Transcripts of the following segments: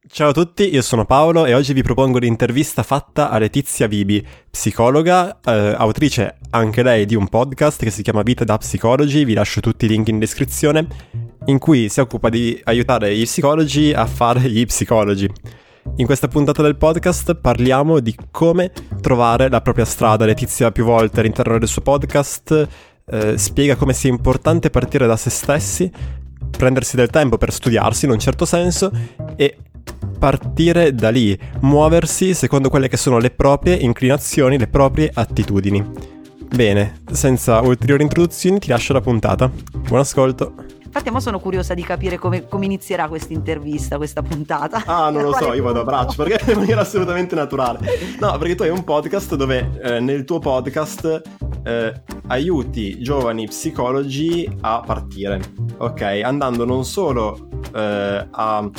Ciao a tutti, io sono Paolo e oggi vi propongo l'intervista fatta a Letizia Vibi, psicologa, autrice anche lei di un podcast che si chiama Vita da Psicologi, vi lascio tutti i link in descrizione, in cui si occupa di aiutare gli psicologi a fare gli psicologi. In questa puntata del podcast parliamo di come trovare la propria strada. Letizia più volte all'interno del suo podcast spiega come sia importante partire da se stessi, prendersi del tempo per studiarsi in un certo senso e partire da lì, muoversi secondo quelle che sono le proprie inclinazioni, le proprie attitudini. Bene, senza ulteriori introduzioni ti lascio la puntata. Buon ascolto. Infatti sono curiosa di capire come inizierà questa intervista, questa puntata. Non lo so, io vado a braccio perché in maniera assolutamente naturale. No, perché tu hai un podcast dove nel tuo podcast aiuti giovani psicologi a partire, ok? Andando non solo a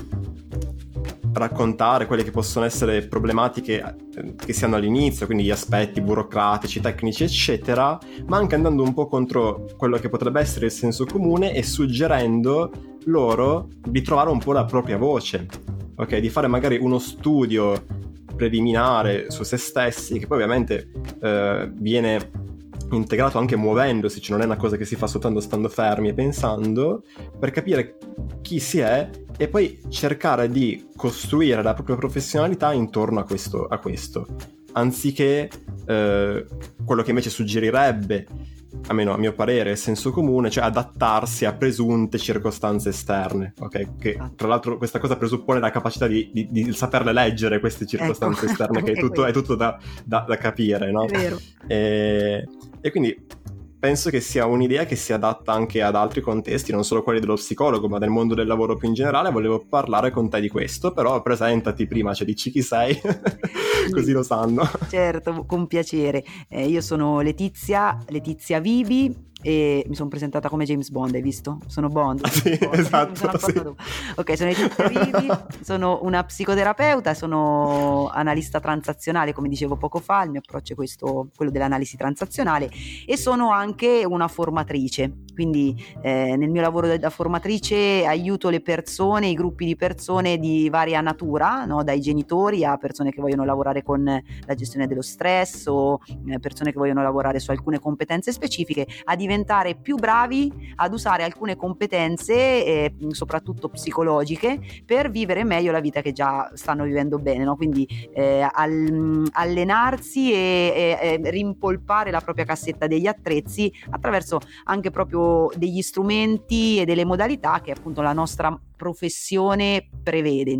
raccontare quelle che possono essere problematiche che si hanno all'inizio, quindi gli aspetti burocratici, tecnici eccetera, ma anche andando un po' contro quello che potrebbe essere il senso comune e suggerendo loro di trovare un po' la propria voce, ok? Di fare magari uno studio preliminare su se stessi che poi ovviamente viene integrato anche muovendosi, cioè non è una cosa che si fa soltanto stando fermi e pensando, per capire chi si è e poi cercare di costruire la propria professionalità intorno a questo, anziché quello che invece suggerirebbe, almeno a mio parere, il senso comune, cioè adattarsi a presunte circostanze esterne, ok? Che tra l'altro questa cosa presuppone la capacità di saperle leggere queste circostanze esterne, che è tutto da capire, no? È vero. E quindi penso che sia un'idea che si adatta anche ad altri contesti, non solo quelli dello psicologo, ma del mondo del lavoro più in generale. Volevo parlare con te di questo, però presentati prima, cioè dici chi sei, così lo sanno. Certo, con piacere. Io sono Letizia Vibi e mi sono presentata come James Bond, hai visto? Sono Bond. Sì, esatto. Sì. Ok, sono Letizia Vibi, sono una psicoterapeuta, sono analista transazionale, come dicevo poco fa, il mio approccio è quello dell'analisi transazionale, e sono anche una formatrice. Quindi nel mio lavoro da formatrice aiuto le persone, i gruppi di persone di varia natura, no? Dai genitori a persone che vogliono lavorare con la gestione dello stress o persone che vogliono lavorare su alcune competenze specifiche, a diventare più bravi ad usare alcune competenze, soprattutto psicologiche, per vivere meglio la vita che già stanno vivendo bene, no? Quindi allenarsi e rimpolpare la propria cassetta degli attrezzi attraverso anche proprio degli strumenti e delle modalità che appunto la nostra professione prevede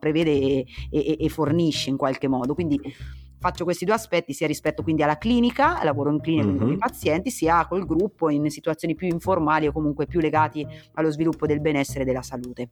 e fornisce in qualche modo. Quindi faccio questi due aspetti, sia rispetto quindi alla clinica, lavoro in clinica con i pazienti, sia col gruppo in situazioni più informali o comunque più legati allo sviluppo del benessere e della salute.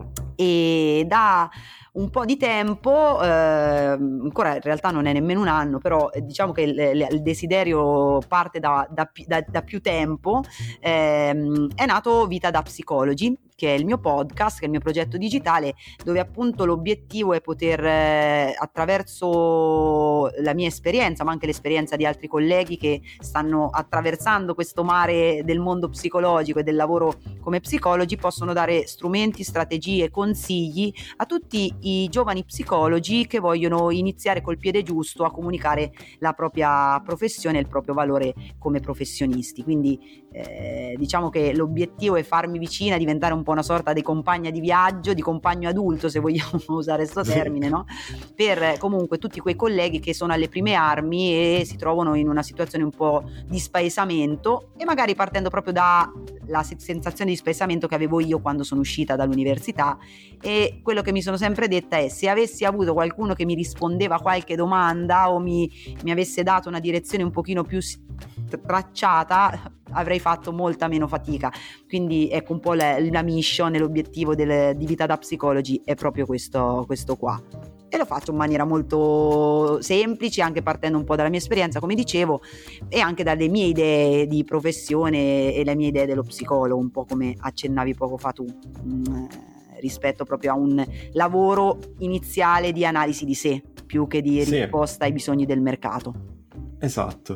E da un po' di tempo, ancora in realtà non è nemmeno un anno, però diciamo che il desiderio parte da più tempo, è nato Vita da Psicologi, che è il mio podcast, che è il mio progetto digitale, dove appunto l'obiettivo è poter, attraverso la mia esperienza, ma anche l'esperienza di altri colleghi che stanno attraversando questo mare del mondo psicologico e del lavoro come psicologi, possono dare strumenti, strategie, consigli a tutti i giovani psicologi che vogliono iniziare col piede giusto a comunicare la propria professione e il proprio valore come professionisti. Quindi diciamo che l'obiettivo è farmi vicina, diventare un po' una sorta di compagna di viaggio, di compagno adulto, se vogliamo usare questo termine, no? Per comunque tutti quei colleghi che sono alle prime armi e si trovano in una situazione un po' di spaesamento, e magari partendo proprio dalla sensazione di spaesamento che avevo io quando sono uscita dall'università. E quello che mi sono sempre detta è: se avessi avuto qualcuno che mi rispondeva a qualche domanda o mi avesse dato una direzione un pochino più tracciata, avrei fatto molta meno fatica. Quindi ecco, un po' la mission e l'obiettivo di Vita da Psicologi è proprio questo qua, e lo faccio in maniera molto semplice, anche partendo un po' dalla mia esperienza, come dicevo, e anche dalle mie idee di professione e le mie idee dello psicologo, un po' come accennavi poco fa tu, rispetto proprio a un lavoro iniziale di analisi di sé più che di risposta ai bisogni del mercato. Esatto.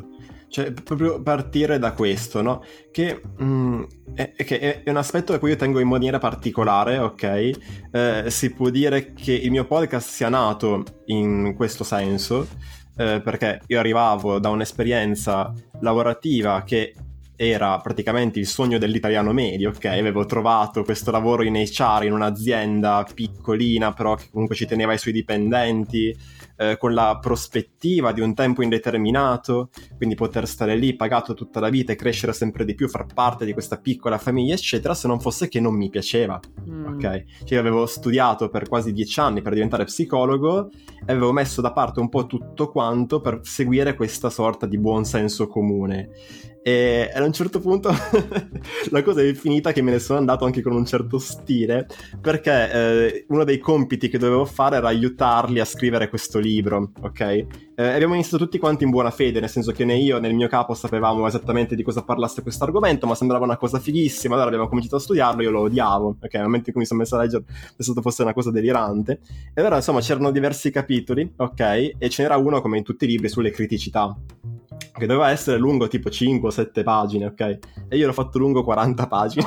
Cioè, proprio partire da questo, no? Che è un aspetto a cui io tengo in maniera particolare, ok? Si può dire che il mio podcast sia nato in questo senso, perché io arrivavo da un'esperienza lavorativa che era praticamente il sogno dell'italiano medio, ok? Avevo trovato questo lavoro in HR in un'azienda piccolina, però che comunque ci teneva i suoi dipendenti, con la prospettiva di un tempo indeterminato, quindi poter stare lì pagato tutta la vita e crescere sempre di più, far parte di questa piccola famiglia, eccetera, se non fosse che non mi piaceva, ok? Cioè, io avevo studiato per quasi 10 anni per diventare psicologo e avevo messo da parte un po' tutto quanto per seguire questa sorta di buon senso comune. E ad un certo punto la cosa è finita che me ne sono andato anche con un certo stile, perché uno dei compiti che dovevo fare era aiutarli a scrivere questo libro, ok? Abbiamo iniziato tutti quanti in buona fede, nel senso che né io né il mio capo sapevamo esattamente di cosa parlasse questo argomento, ma sembrava una cosa fighissima. Allora abbiamo cominciato a studiarlo, io lo odiavo, ok? Nel momento in cui mi sono messo a leggere pensato fosse una cosa delirante. E allora insomma c'erano diversi capitoli, ok? E ce n'era uno, come in tutti i libri, sulle criticità, che doveva essere lungo tipo 5 o 7 pagine, ok? E io l'ho fatto lungo 40 pagine.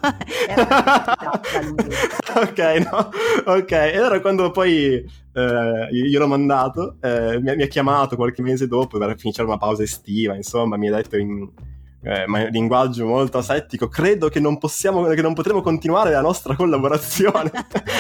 Ok, no? Ok, e allora quando poi io l'ho mandato, mi ha chiamato qualche mese dopo per finire una pausa estiva, insomma, mi ha detto in linguaggio molto asettico: credo che non potremo continuare la nostra collaborazione.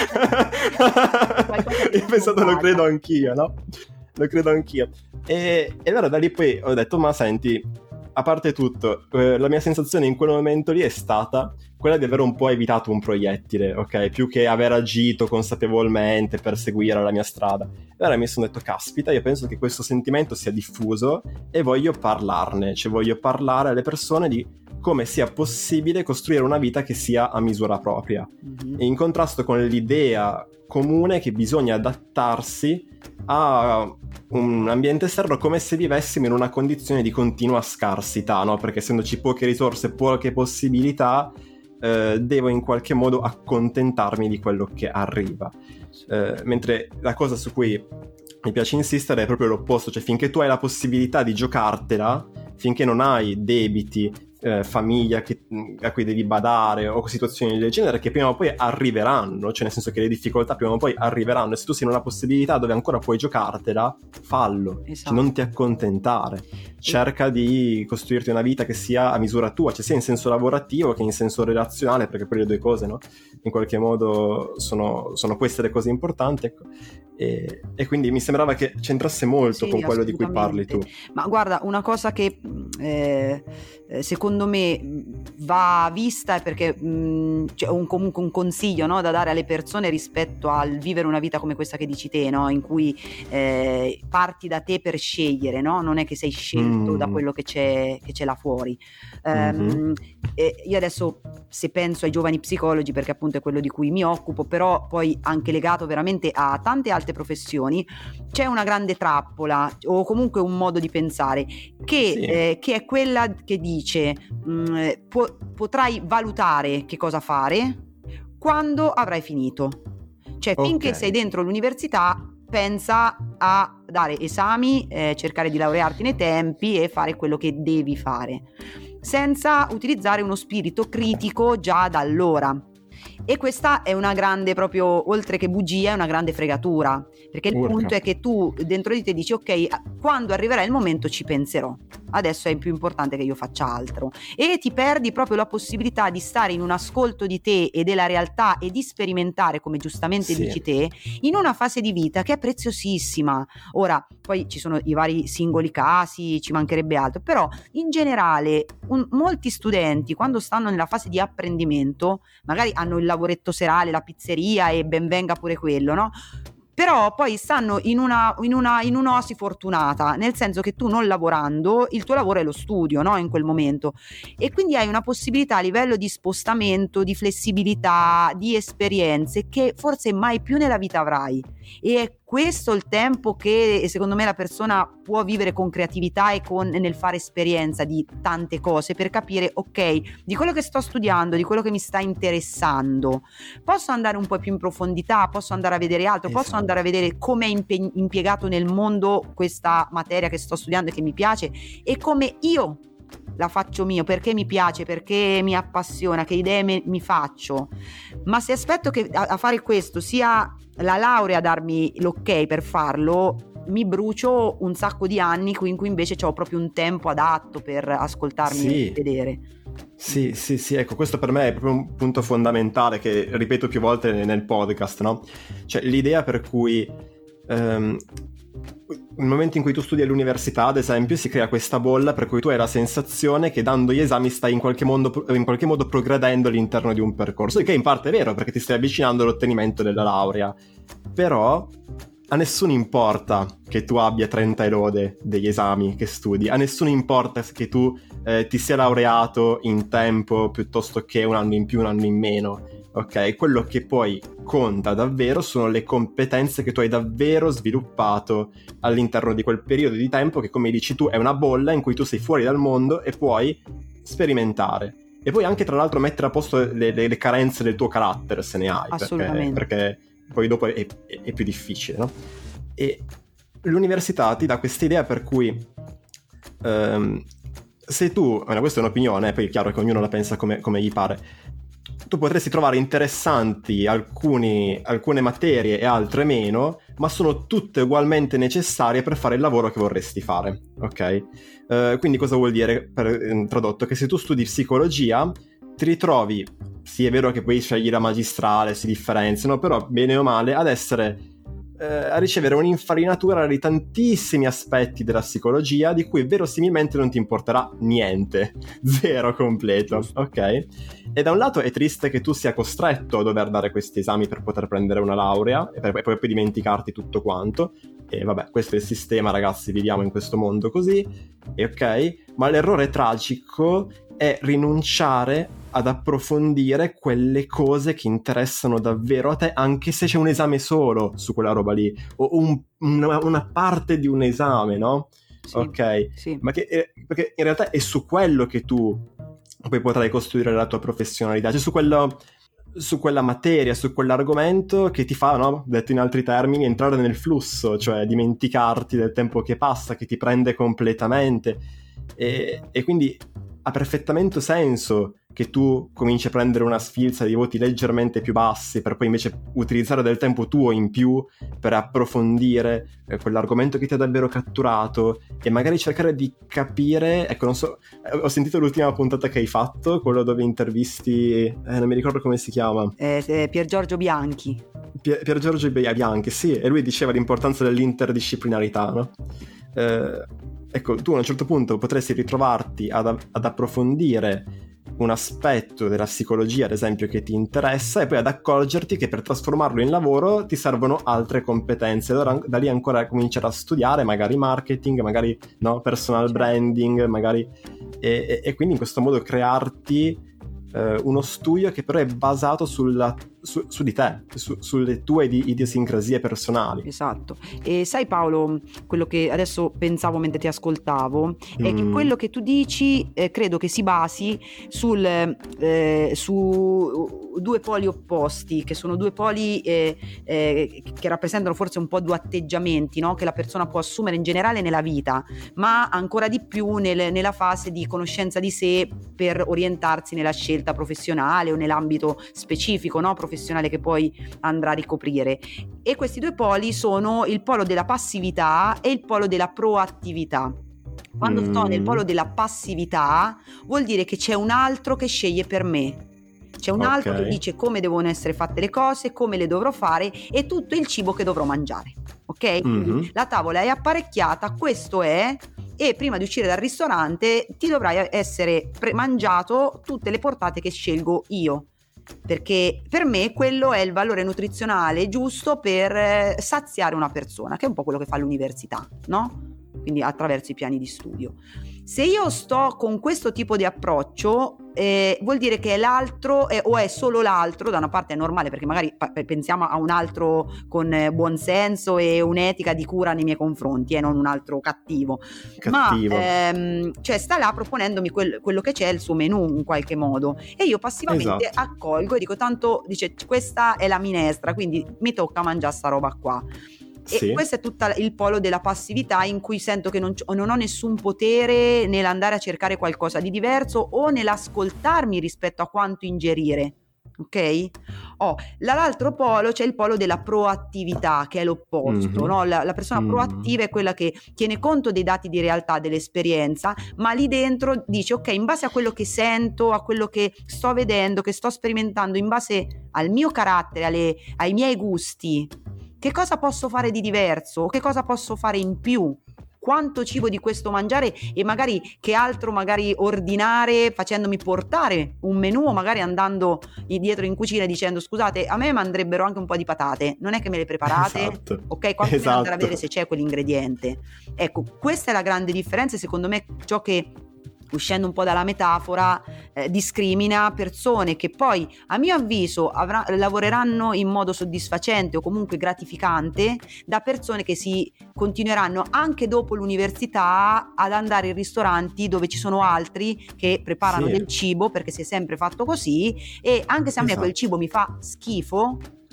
Io ho pensato, lo credo anch'io, no? Lo credo anch'io. E allora da lì poi ho detto: ma senti, a parte tutto, la mia sensazione in quel momento lì è stata quella di aver un po' evitato un proiettile, ok? Più che aver agito consapevolmente per seguire la mia strada. E allora mi sono detto: caspita, io penso che questo sentimento sia diffuso e voglio parlarne, cioè voglio parlare alle persone di come sia possibile costruire una vita che sia a misura propria, e in contrasto con l'idea comune che bisogna adattarsi a un ambiente esterno come se vivessimo in una condizione di continua scarsità, no? Perché essendoci poche risorse, poche possibilità, devo in qualche modo accontentarmi di quello che arriva, mentre la cosa su cui mi piace insistere è proprio l'opposto, cioè finché tu hai la possibilità di giocartela, finché non hai debiti, famiglia a cui devi badare o situazioni del genere che prima o poi arriveranno, cioè nel senso che le difficoltà prima o poi arriveranno, e se tu sei in una possibilità dove ancora puoi giocartela, fallo, esatto. Cioè non ti accontentare, cerca di costruirti una vita che sia a misura tua, cioè sia in senso lavorativo che in senso relazionale, perché poi le due cose, no? In qualche modo sono queste le cose importanti, ecco. E quindi mi sembrava che c'entrasse molto con quello di cui parli tu. Ma guarda, una cosa che secondo me va vista è perché c'è comunque un consiglio, no, da dare alle persone rispetto al vivere una vita come questa che dici te, no? In cui parti da te per scegliere, no? Non è che sei scelto da quello che c'è là fuori. Io adesso, se penso ai giovani psicologi, perché appunto è quello di cui mi occupo, però poi anche legato veramente a tante altre professioni, c'è una grande trappola o comunque un modo di pensare che è quella che dice potrai valutare che cosa fare quando avrai finito, cioè finché sei dentro l'università pensa a dare esami, cercare di laurearti nei tempi e fare quello che devi fare, senza utilizzare uno spirito critico già da allora. E questa è una grande, proprio oltre che bugia, è una grande fregatura, perché il punto è che tu dentro di te dici: ok, quando arriverà il momento ci penserò, adesso è più importante che io faccia altro, e ti perdi proprio la possibilità di stare in un ascolto di te e della realtà e di sperimentare, come giustamente dici te, in una fase di vita che è preziosissima. Ora poi ci sono i vari singoli casi, ci mancherebbe altro, però in generale molti studenti, quando stanno nella fase di apprendimento, magari hanno il lavoretto serale, la pizzeria, e ben venga pure quello, no? Però poi stanno in un'oasi fortunata, nel senso che tu, non lavorando, il tuo lavoro è lo studio, no? In quel momento, e quindi hai una possibilità a livello di spostamento, di flessibilità, di esperienze che forse mai più nella vita avrai, e è questo il tempo che secondo me la persona può vivere con creatività e nel fare esperienza di tante cose, per capire, ok, di quello che sto studiando, di quello che mi sta interessando, posso andare un po' più in profondità, posso andare a vedere altro, posso andare a vedere come è impiegato nel mondo questa materia che sto studiando e che mi piace, e come io la faccio mio, perché mi piace, perché mi appassiona, che idee mi faccio. Ma se aspetto che a fare questo sia la laurea a darmi l'ok per farlo, mi brucio un sacco di anni in cui invece ho proprio un tempo adatto per ascoltarmi e vedere. Sì, ecco, questo per me è proprio un punto fondamentale che ripeto più volte nel podcast, no? Cioè l'idea per cui nel momento in cui tu studi all'università, ad esempio, si crea questa bolla per cui tu hai la sensazione che dando gli esami stai in qualche modo progredendo all'interno di un percorso, il che in parte è vero perché ti stai avvicinando all'ottenimento della laurea, però a nessuno importa che tu abbia 30 e lode degli esami che studi, a nessuno importa che tu ti sia laureato in tempo piuttosto che un anno in più, un anno in meno. Ok, quello che poi conta davvero sono le competenze che tu hai davvero sviluppato all'interno di quel periodo di tempo che, come dici tu, è una bolla in cui tu sei fuori dal mondo e puoi sperimentare. E poi anche, tra l'altro, mettere a posto le carenze del tuo carattere, se ne hai. Assolutamente. Perché poi dopo è più difficile, no? E l'università ti dà questa idea per cui se tu, questa è un'opinione, poi è chiaro che ognuno la pensa come gli pare, tu potresti trovare interessanti alcune materie e altre meno, ma sono tutte ugualmente necessarie per fare il lavoro che vorresti fare, ok? Quindi cosa vuol dire, tradotto? Che se tu studi psicologia ti ritrovi, sì è vero che poi scegli la magistrale, si differenziano, però bene o male a ricevere un'infarinatura di tantissimi aspetti della psicologia di cui verosimilmente non ti importerà niente, zero completo, ok? E da un lato è triste che tu sia costretto a dover dare questi esami per poter prendere una laurea e poi dimenticarti tutto quanto, e vabbè, questo è il sistema, ragazzi, viviamo in questo mondo così, e ok, ma l'errore tragico è rinunciare ad approfondire quelle cose che interessano davvero a te, anche se c'è un esame solo su quella roba lì, o una parte di un esame, no? Sì, ok? Sì. Ma perché in realtà è su quello che tu poi potrai costruire la tua professionalità, cioè su quella materia, su quell'argomento che ti fa, no? Detto in altri termini, entrare nel flusso, cioè dimenticarti del tempo che passa, che ti prende completamente, e quindi ha perfettamente senso che tu cominci a prendere una sfilza di voti leggermente più bassi per poi invece utilizzare del tempo tuo in più per approfondire quell'argomento che ti ha davvero catturato e magari cercare di capire, ecco, non so, ho sentito l'ultima puntata che hai fatto, quello dove intervisti, non mi ricordo come si chiama. Pier Giorgio Bianchi. Pier Giorgio Bianchi, sì, e lui diceva l'importanza dell'interdisciplinarità, no? Ecco, tu a un certo punto potresti ritrovarti ad approfondire un aspetto della psicologia, ad esempio, che ti interessa, e poi ad accorgerti che per trasformarlo in lavoro ti servono altre competenze. Allora da lì ancora cominciare a studiare magari marketing, magari no, personal branding, magari e quindi in questo modo crearti uno studio che però è basato su di te, sulle tue idiosincrasie personali. Esatto. E sai, Paolo, quello che adesso pensavo mentre ti ascoltavo è che quello che tu dici credo che si basi su due poli opposti, che sono due poli che rappresentano forse un po' due atteggiamenti, no? Che la persona può assumere in generale nella vita, ma ancora di più nella fase di conoscenza di sé per orientarsi nella scelta professionale o nell'ambito specifico, no? Professionale che poi andrà a ricoprire. E questi due poli sono il polo della passività e il polo della proattività. Quando sto nel polo della passività vuol dire che c'è un altro che sceglie per me. C'è un altro che dice come devono essere fatte le cose, come le dovrò fare e tutto il cibo che dovrò mangiare. Ok? Quindi la tavola è apparecchiata, questo è, e prima di uscire dal ristorante ti dovrai essere mangiato tutte le portate che scelgo io, perché per me quello è il valore nutrizionale giusto per saziare una persona, che è un po' quello che fa l'università, no? quindi attraverso i piani di studio. Se io sto con questo tipo di approccio, vuol dire che è l'altro o è solo l'altro. Da una parte è normale, perché magari pensiamo a un altro con buon senso e un'etica di cura nei miei confronti, e non un altro cattivo. Ma cioè sta là proponendomi quello che c'è, il suo menù in qualche modo, e io passivamente accolgo e dico, tanto dice questa è la minestra, quindi mi tocca mangiare sta roba qua. E questo è tutto il polo della passività, in cui sento che non ho nessun potere nell'andare a cercare qualcosa di diverso o nell'ascoltarmi rispetto a quanto ingerire. Ok? L'altro polo, c'è il polo della proattività, che è l'opposto, no? La persona proattiva è quella che tiene conto dei dati di realtà, dell'esperienza, ma lì dentro dice, ok, in base a quello che sento, a quello che sto vedendo, che sto sperimentando, in base al mio carattere, ai miei gusti, che cosa posso fare di diverso? Che cosa posso fare in più? Quanto cibo di questo mangiare, e magari che altro magari ordinare, facendomi portare un menù, o magari andando dietro in cucina e dicendo, scusate, a me andrebbero anche un po' di patate, non è che me le preparate? Esatto. Ok, quanto andare a vedere se c'è quell'ingrediente. Ecco, questa è la grande differenza, secondo me, ciò che, uscendo un po' dalla metafora, discrimina persone che poi, a mio avviso, lavoreranno in modo soddisfacente o comunque gratificante, da persone che si continueranno anche dopo l'università ad andare in ristoranti dove ci sono altri che preparano del cibo, perché si è sempre fatto così, e anche se a me quel cibo mi fa schifo,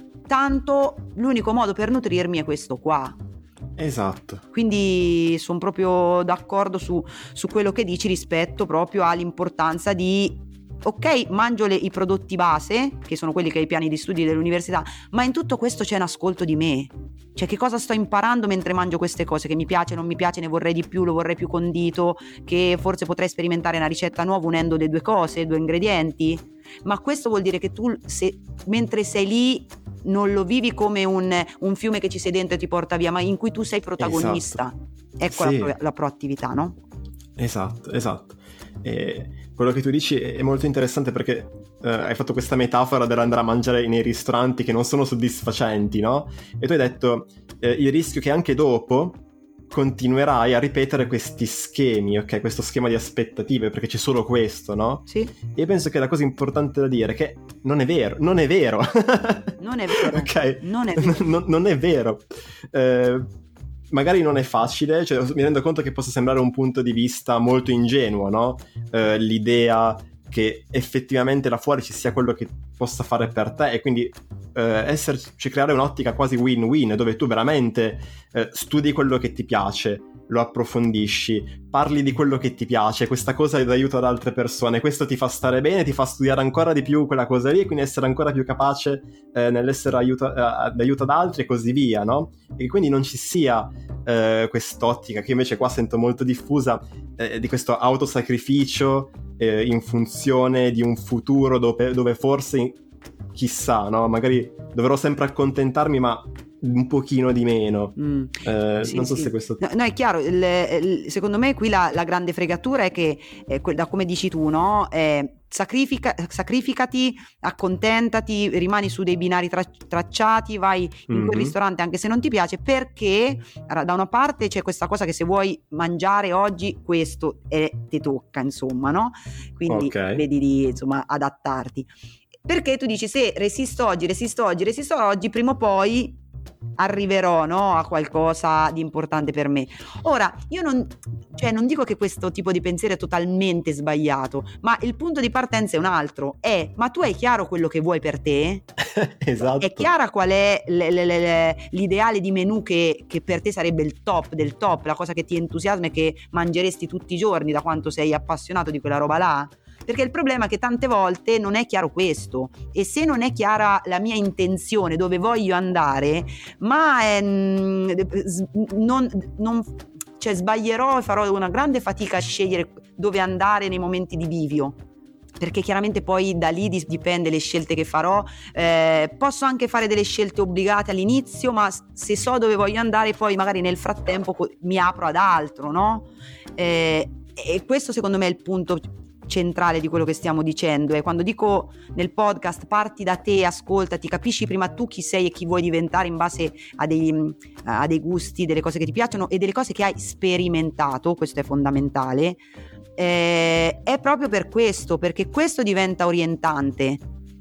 tanto l'unico modo per nutrirmi è questo qua. Esatto. Quindi sono proprio d'accordo su quello che dici rispetto proprio all'importanza di, ok, mangio i prodotti base, che sono quelli che hai i piani di studi dell'università, ma in tutto questo c'è un ascolto di me. Cioè, che cosa sto imparando mentre mangio queste cose, che mi piace, non mi piace, ne vorrei di più, lo vorrei più condito, che forse potrei sperimentare una ricetta nuova unendo le due cose, due ingredienti. Ma questo vuol dire che tu, mentre sei lì, non lo vivi come un fiume che ci sei dentro e ti porta via, ma in cui tu sei protagonista. Ecco la proattività, no? Esatto. E quello che tu dici è molto interessante, perché hai fatto questa metafora dell'andare a mangiare nei ristoranti che non sono soddisfacenti, no? E tu hai detto il rischio che anche dopo continuerai a ripetere questi schemi, ok? Questo schema di aspettative, perché c'è solo questo, no? Sì. E io penso che la cosa importante da dire è che non è vero. Non è vero. Ok? Non è vero. Non è vero. Magari non è facile, cioè mi rendo conto che possa sembrare un punto di vista molto ingenuo, no? L'idea che effettivamente là fuori ci sia quello che possa fare per te, e quindi creare un'ottica quasi win-win, dove tu veramente studi quello che ti piace, lo approfondisci, parli di quello che ti piace, questa cosa dà aiuto ad altre persone, questo ti fa stare bene, ti fa studiare ancora di più quella cosa lì, e quindi essere ancora più capace nell'essere d'aiuto ad altri, e così via, no? E quindi non ci sia quest'ottica che invece qua sento molto diffusa, di questo autosacrificio in funzione di un futuro dove forse, chissà, no? Magari dovrò sempre accontentarmi, ma un pochino di meno. Non so se questo... No, è chiaro, secondo me qui la grande fregatura è che, da come dici tu, no? Sacrificati, accontentati, rimani su dei binari tracciati, vai in quel ristorante anche se non ti piace, perché da una parte c'è questa cosa che se vuoi mangiare oggi questo ti tocca, insomma, no? Quindi vedi di, insomma, adattarti, perché tu dici, se resisto oggi, prima o poi arriverò, no, a qualcosa di importante per me. Ora, io non dico che questo tipo di pensiero è totalmente sbagliato, ma il punto di partenza è un altro, ma tu hai chiaro quello che vuoi per te? Esatto. È chiara qual è l'ideale di menù che per te sarebbe il top del top, la cosa che ti entusiasma e che mangeresti tutti i giorni da quanto sei appassionato di quella roba là? Perché il problema è che tante volte non è chiaro questo, e se non è chiara la mia intenzione, dove voglio andare, ma sbaglierò e farò una grande fatica a scegliere dove andare nei momenti di bivio, perché chiaramente poi da lì dipende le scelte che farò. Posso anche fare delle scelte obbligate all'inizio, ma se so dove voglio andare, poi magari nel frattempo mi apro ad altro, no? E questo secondo me è il punto centrale di quello che stiamo dicendo. E quando dico nel podcast parti da te, ascoltati, capisci prima tu chi sei e chi vuoi diventare in base a dei gusti, delle cose che ti piacciono e delle cose che hai sperimentato, questo è fondamentale. È proprio per questo, perché questo diventa orientante.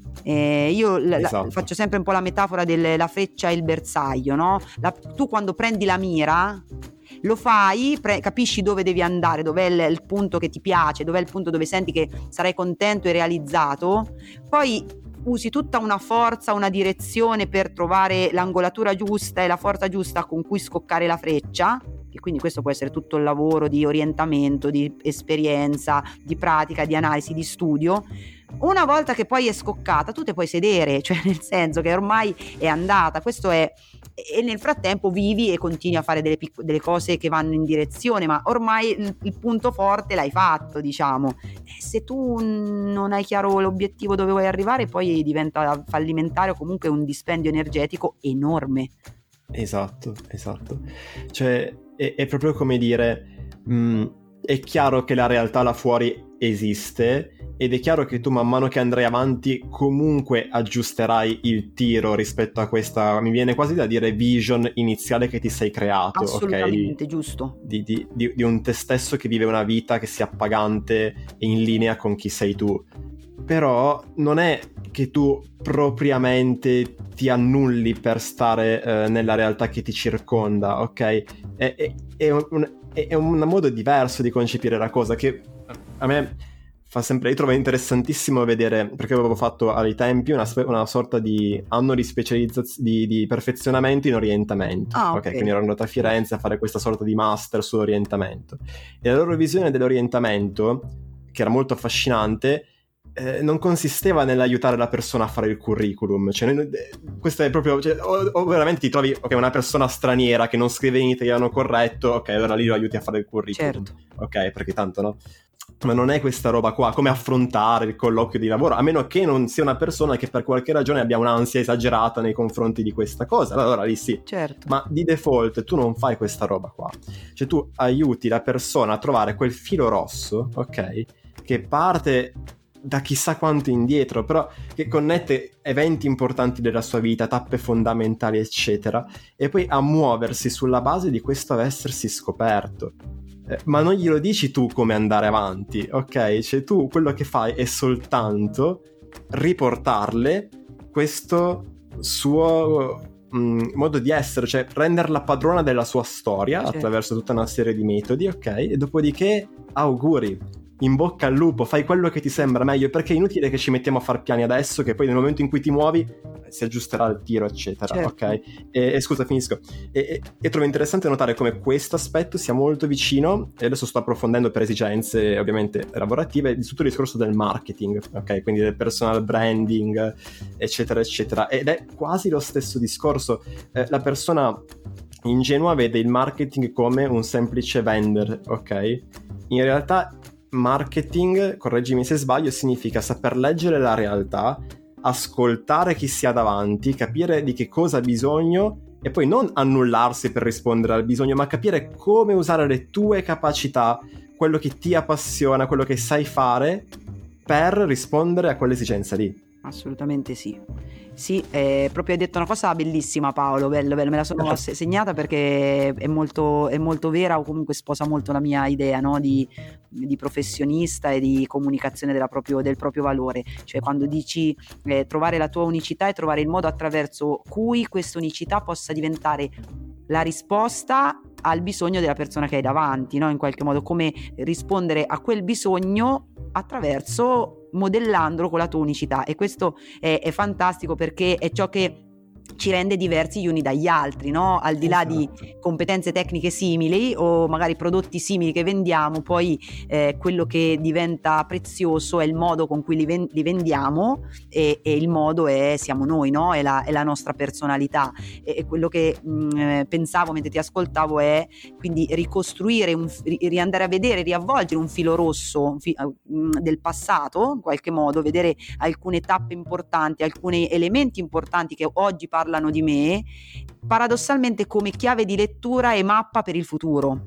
Io Esatto. faccio sempre un po' la metafora della freccia e il bersaglio, no? Tu quando prendi la mira lo fai, capisci dove devi andare, dov'è il punto che ti piace, dov'è il punto dove senti che sarai contento e realizzato, poi usi tutta una forza, una direzione per trovare l'angolatura giusta e la forza giusta con cui scoccare la freccia. E quindi questo può essere tutto il lavoro di orientamento, di esperienza, di pratica, di analisi, di studio. Una volta che poi è scoccata, tu te puoi sedere, cioè nel senso che ormai è andata, questo è, e nel frattempo vivi e continui a fare delle cose che vanno in direzione, ma ormai il punto forte l'hai fatto, diciamo. Se tu non hai chiaro l'obiettivo dove vuoi arrivare, poi diventa fallimentare o comunque un dispendio energetico enorme. Esatto. Cioè, è proprio come dire, è chiaro che la realtà là fuori esiste ed è chiaro che tu man mano che andrai avanti comunque aggiusterai il tiro rispetto a questa, mi viene quasi da dire, vision iniziale che ti sei creato. Assolutamente, ok? Giusto. Di un te stesso che vive una vita che sia appagante e in linea con chi sei tu. Però non è che tu propriamente ti annulli per stare nella realtà che ti circonda, ok? È un modo diverso di concepire la cosa che a me fa sempre, io trovo interessantissimo vedere, perché avevo fatto ai tempi una sorta di anno di specializzazione, di perfezionamento in orientamento. Ok. Quindi ero andato a Firenze a fare questa sorta di master sull'orientamento e la loro visione dell'orientamento, che era molto affascinante, non consisteva nell'aiutare la persona a fare il curriculum, cioè questo è proprio, cioè, o veramente ti trovi una persona straniera che non scrive in italiano corretto, ok, allora lì lo aiuti a fare il curriculum, certo. Ok, perché tanto no, ma non è questa roba qua, come affrontare il colloquio di lavoro, a meno che non sia una persona che per qualche ragione abbia un'ansia esagerata nei confronti di questa cosa, allora lì sì, certo. Ma di default tu non fai questa roba qua, cioè tu aiuti la persona a trovare quel filo rosso, ok, che parte da chissà quanto indietro, però che connette eventi importanti della sua vita, tappe fondamentali, eccetera, e poi a muoversi sulla base di questo essersi scoperto. Ma non glielo dici tu come andare avanti, ok? Cioè tu quello che fai è soltanto riportarle questo suo modo di essere, cioè renderla padrona della sua storia, certo, attraverso tutta una serie di metodi, ok? E dopodiché auguri, in bocca al lupo, fai quello che ti sembra meglio, perché è inutile che ci mettiamo a far piani adesso che poi nel momento in cui ti muovi si aggiusterà il tiro, eccetera, certo. Ok? E scusa, finisco. E trovo interessante notare come questo aspetto sia molto vicino, e adesso sto approfondendo per esigenze ovviamente lavorative, di tutto il discorso del marketing, ok? Quindi del personal branding, eccetera, eccetera. Ed è quasi lo stesso discorso. La persona ingenua vede il marketing come un semplice vendor, ok? In realtà marketing, correggimi se sbaglio, significa saper leggere la realtà, ascoltare chi si ha davanti, capire di che cosa ha bisogno e poi non annullarsi per rispondere al bisogno, ma capire come usare le tue capacità, quello che ti appassiona, quello che sai fare per rispondere a quell'esigenza lì. Assolutamente sì. Sì, proprio hai detto una cosa bellissima, Paolo, bello, me la sono segnata perché è molto vera, o comunque sposa molto la mia idea, no? di professionista e di comunicazione del proprio valore. Cioè quando dici trovare la tua unicità e trovare il modo attraverso cui questa unicità possa diventare la risposta al bisogno della persona che hai davanti, no? In qualche modo come rispondere a quel bisogno attraverso modellandolo con la tua unicità, e questo è fantastico perché è ciò che ci rende diversi gli uni dagli altri, no? Al di là di competenze tecniche simili o magari prodotti simili che vendiamo, poi quello che diventa prezioso è il modo con cui li vendiamo, e il modo siamo noi, no? È la nostra personalità, e quello che pensavo mentre ti ascoltavo è quindi ricostruire, riandare a vedere, riavvolgere un filo rosso del passato, in qualche modo vedere alcune tappe importanti, alcuni elementi importanti che oggi parlano di me, paradossalmente come chiave di lettura e mappa per il futuro.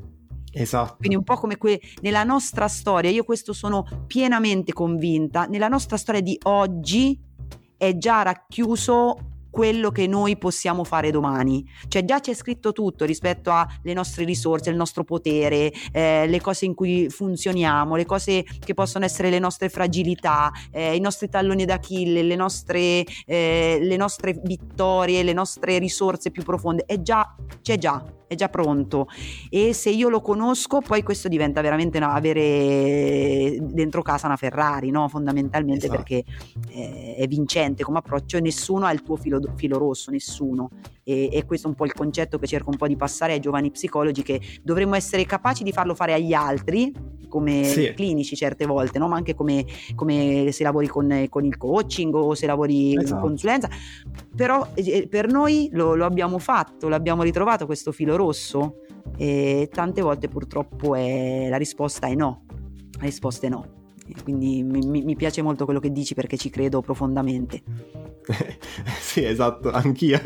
Esatto. Quindi un po' come nella nostra storia, io questo sono pienamente convinta, nella nostra storia di oggi è già racchiuso quello che noi possiamo fare domani, cioè già c'è scritto tutto rispetto alle nostre risorse, il nostro potere, le cose in cui funzioniamo, le cose che possono essere le nostre fragilità, i nostri talloni d'Achille, le nostre vittorie, le nostre risorse più profonde, è già pronto, e se io lo conosco poi questo diventa veramente avere dentro casa una Ferrari, no? Fondamentalmente, esatto. Perché è vincente come approccio, nessuno ha il tuo filo rosso, nessuno, e questo è un po' il concetto che cerco un po' di passare ai giovani psicologi, che dovremmo essere capaci di farlo fare agli altri come clinici certe volte, no? Ma anche come se lavori con il coaching o se lavori in consulenza, però per noi lo abbiamo fatto, l'abbiamo ritrovato questo filo rosso, e tante volte purtroppo la risposta è no, quindi mi piace molto quello che dici, perché ci credo profondamente. Sì, esatto, anch'io.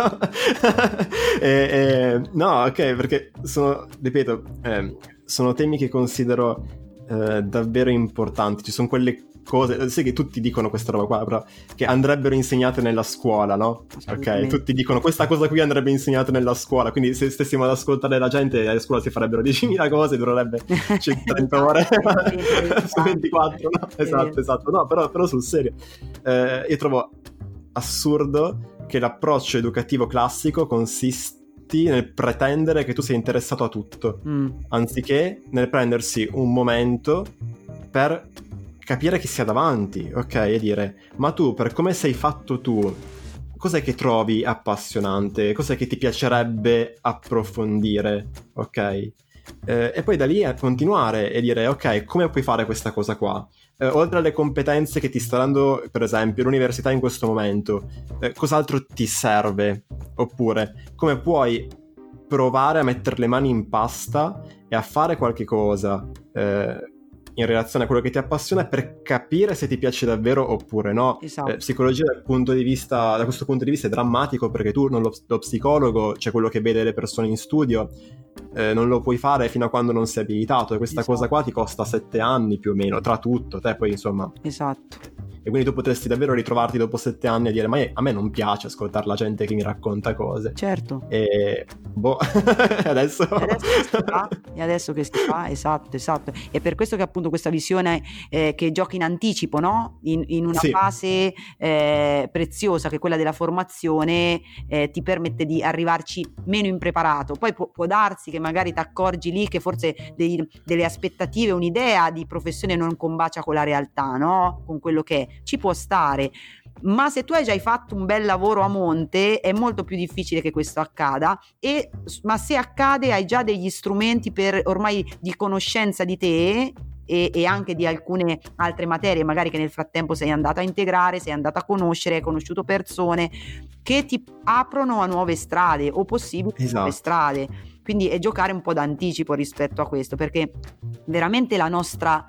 No, ok, perché sono temi che considero davvero importanti. Ci sono quelle cose, sai che tutti dicono questa roba qua, però che andrebbero insegnate nella scuola, no? Ok, tutti dicono questa cosa qui andrebbe insegnata nella scuola, quindi se stessimo ad ascoltare la gente, a scuola si farebbero 10.000 cose, durerebbe 30 ore su 24, no? Esatto, no, però sul serio, io trovo assurdo che l'approccio educativo classico consisti nel pretendere che tu sia interessato a tutto, anziché nel prendersi un momento per capire chi sia davanti, ok? E dire, ma tu, per come sei fatto tu, cos'è che trovi appassionante? Cos'è che ti piacerebbe approfondire, ok? E poi da lì a continuare e dire, ok, come puoi fare questa cosa qua? Oltre alle competenze che ti sta dando, per esempio, l'università in questo momento, cos'altro ti serve? Oppure, come puoi provare a mettere le mani in pasta e a fare qualche cosa in relazione a quello che ti appassiona, per capire se ti piace davvero oppure no. Esatto. Psicologia da questo punto di vista è drammatico, perché tu lo psicologo, cioè quello che vede le persone in studio, non lo puoi fare fino a quando non sei abilitato, e questa cosa qua ti costa 7 anni più o meno, tra tutto, te poi insomma. Esatto. E quindi tu potresti davvero ritrovarti dopo 7 anni a dire, ma a me non piace ascoltare la gente che mi racconta cose. Certo. E boh, adesso che si fa, esatto. È per questo che appunto questa visione che gioca in anticipo, no? In una fase preziosa, che è quella della formazione, ti permette di arrivarci meno impreparato. Poi può darsi che magari ti accorgi lì che forse delle aspettative, un'idea di professione non combacia con la realtà, no? Con quello che è. Ci può stare, ma se tu hai già fatto un bel lavoro a monte è molto più difficile che questo accada, ma se accade hai già degli strumenti ormai di conoscenza di te e anche di alcune altre materie magari che nel frattempo sei andato a integrare, sei andato a conoscere, hai conosciuto persone che ti aprono a nuove strade o possibili nuove strade. Quindi è giocare un po' d'anticipo rispetto a questo, perché veramente la nostra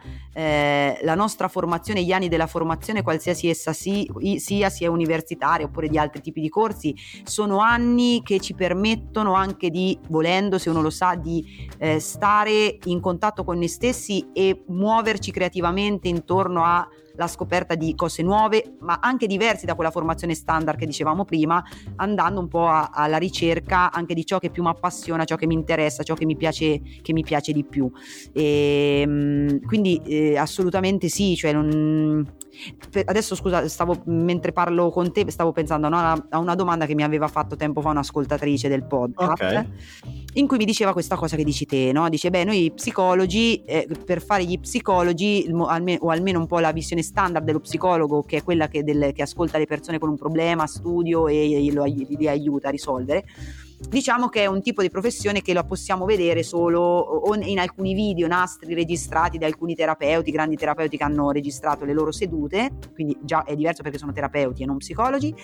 formazione, gli anni della formazione, qualsiasi essa sia universitaria oppure di altri tipi di corsi, sono anni che ci permettono anche di, volendo, se uno lo sa, di stare in contatto con noi stessi e muoverci creativamente intorno alla scoperta di cose nuove, ma anche diversi da quella formazione standard che dicevamo prima, andando un po' alla ricerca anche di ciò che più mi appassiona, ciò che mi interessa, ciò che mi piace di più. Quindi assolutamente sì, cioè adesso scusa, mentre parlo con te stavo pensando a una domanda che mi aveva fatto tempo fa un'ascoltatrice del podcast, in cui mi diceva questa cosa che dici te, no? Dice, noi psicologi, per fare gli psicologi, o almeno un po' la visione standard dello psicologo, che è quella che ascolta le persone con un problema, studio e li aiuta a risolvere, diciamo che è un tipo di professione che la possiamo vedere solo o in alcuni video, nastri registrati da alcuni terapeuti, grandi terapeuti che hanno registrato le loro sedute, quindi già è diverso perché sono terapeuti e non psicologi,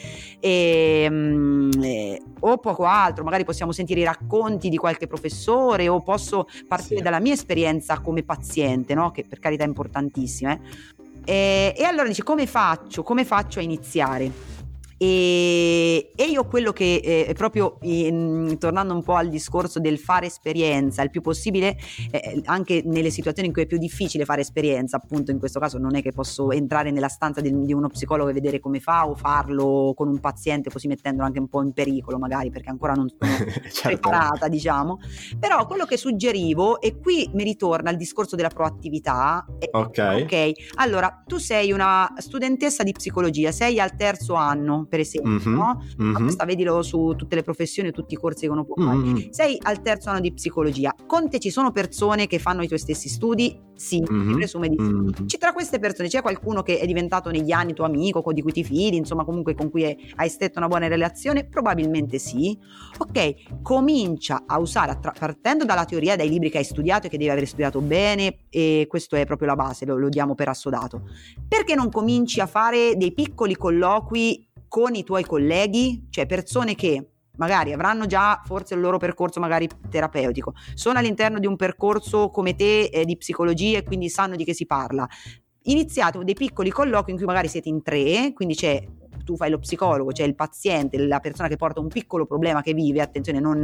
o poco altro. Magari possiamo sentire i racconti di qualche professore, o posso partire dalla mia esperienza come paziente, no? Che per carità è importantissima, e allora dice, come faccio a iniziare? E io quello che proprio tornando un po' al discorso del fare esperienza il più possibile, anche nelle situazioni in cui è più difficile fare esperienza, appunto in questo caso non è che posso entrare nella stanza di uno psicologo e vedere come fa, o farlo con un paziente così mettendolo anche un po' in pericolo magari, perché ancora non sono Certo. preparata, diciamo. Però quello che suggerivo, e qui mi ritorna il discorso della proattività, ok, allora tu sei una studentessa di psicologia, sei al terzo anno per esempio, no? Ma questa vedilo su tutte le professioni, tutti i corsi che uno può fare. Sei al terzo anno di psicologia, con te ci sono persone che fanno i tuoi stessi studi? Sì, si presume di sì. Tra queste persone c'è qualcuno che è diventato negli anni tuo amico, di cui ti fidi, insomma comunque con cui hai stretto una buona relazione? Probabilmente sì. Ok, comincia a usare, partendo dalla teoria, dai libri che hai studiato e che devi aver studiato bene, e questo è proprio la base, lo diamo per assodato. Perché non cominci a fare dei piccoli colloqui con i tuoi colleghi, cioè persone che magari avranno già forse il loro percorso magari terapeutico, sono all'interno di un percorso come te di psicologia e quindi sanno di che si parla. Iniziate dei piccoli colloqui in cui magari siete in 3, quindi tu fai lo psicologo, c'è il paziente, la persona che porta un piccolo problema che vive, attenzione, non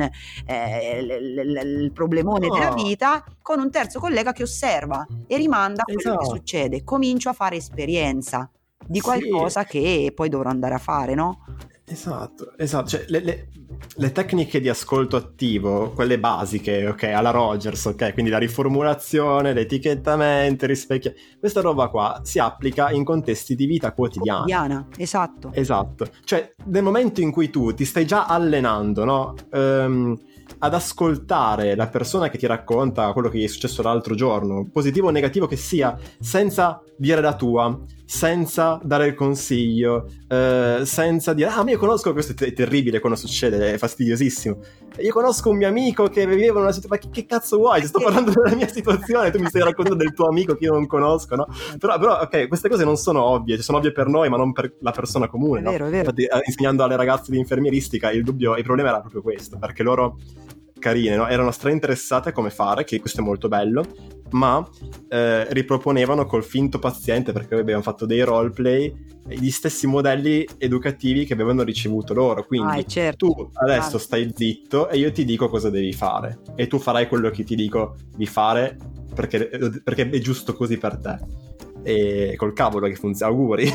il problemone della vita, con un terzo collega che osserva e rimanda quello che succede. Comincio a fare esperienza di qualcosa che poi dovrò andare a fare, no? Esatto. Cioè, le tecniche di ascolto attivo, quelle basiche, ok, alla Rogers, ok, quindi la riformulazione, l'etichettamento, il rispecchio, questa roba qua si applica in contesti di vita quotidiana. Esatto. Cioè, nel momento in cui tu ti stai già allenando, no? Ad ascoltare la persona che ti racconta quello che gli è successo l'altro giorno, positivo o negativo che sia, senza dire la tua, senza dare il consiglio, senza dire ma io conosco, questo è terribile quando succede, è fastidiosissimo, io conosco un mio amico che viveva una situazione, ma che cazzo vuoi, sto parlando della mia situazione, tu mi stai raccontando del tuo amico che io non conosco, no? Però ok, queste cose non sono ovvie, sono ovvie per noi ma non per la persona comune, no? È vero. Infatti, insegnando alle ragazze di infermieristica il problema era proprio questo, perché loro carine, no? Erano strainteressate a come fare, che questo è molto bello, ma riproponevano col finto paziente, perché abbiamo fatto dei roleplay, gli stessi modelli educativi che avevano ricevuto loro, quindi certo, tu adesso stai zitto e io ti dico cosa devi fare e tu farai quello che ti dico di fare perché è giusto così per te, e col cavolo che funziona, auguri.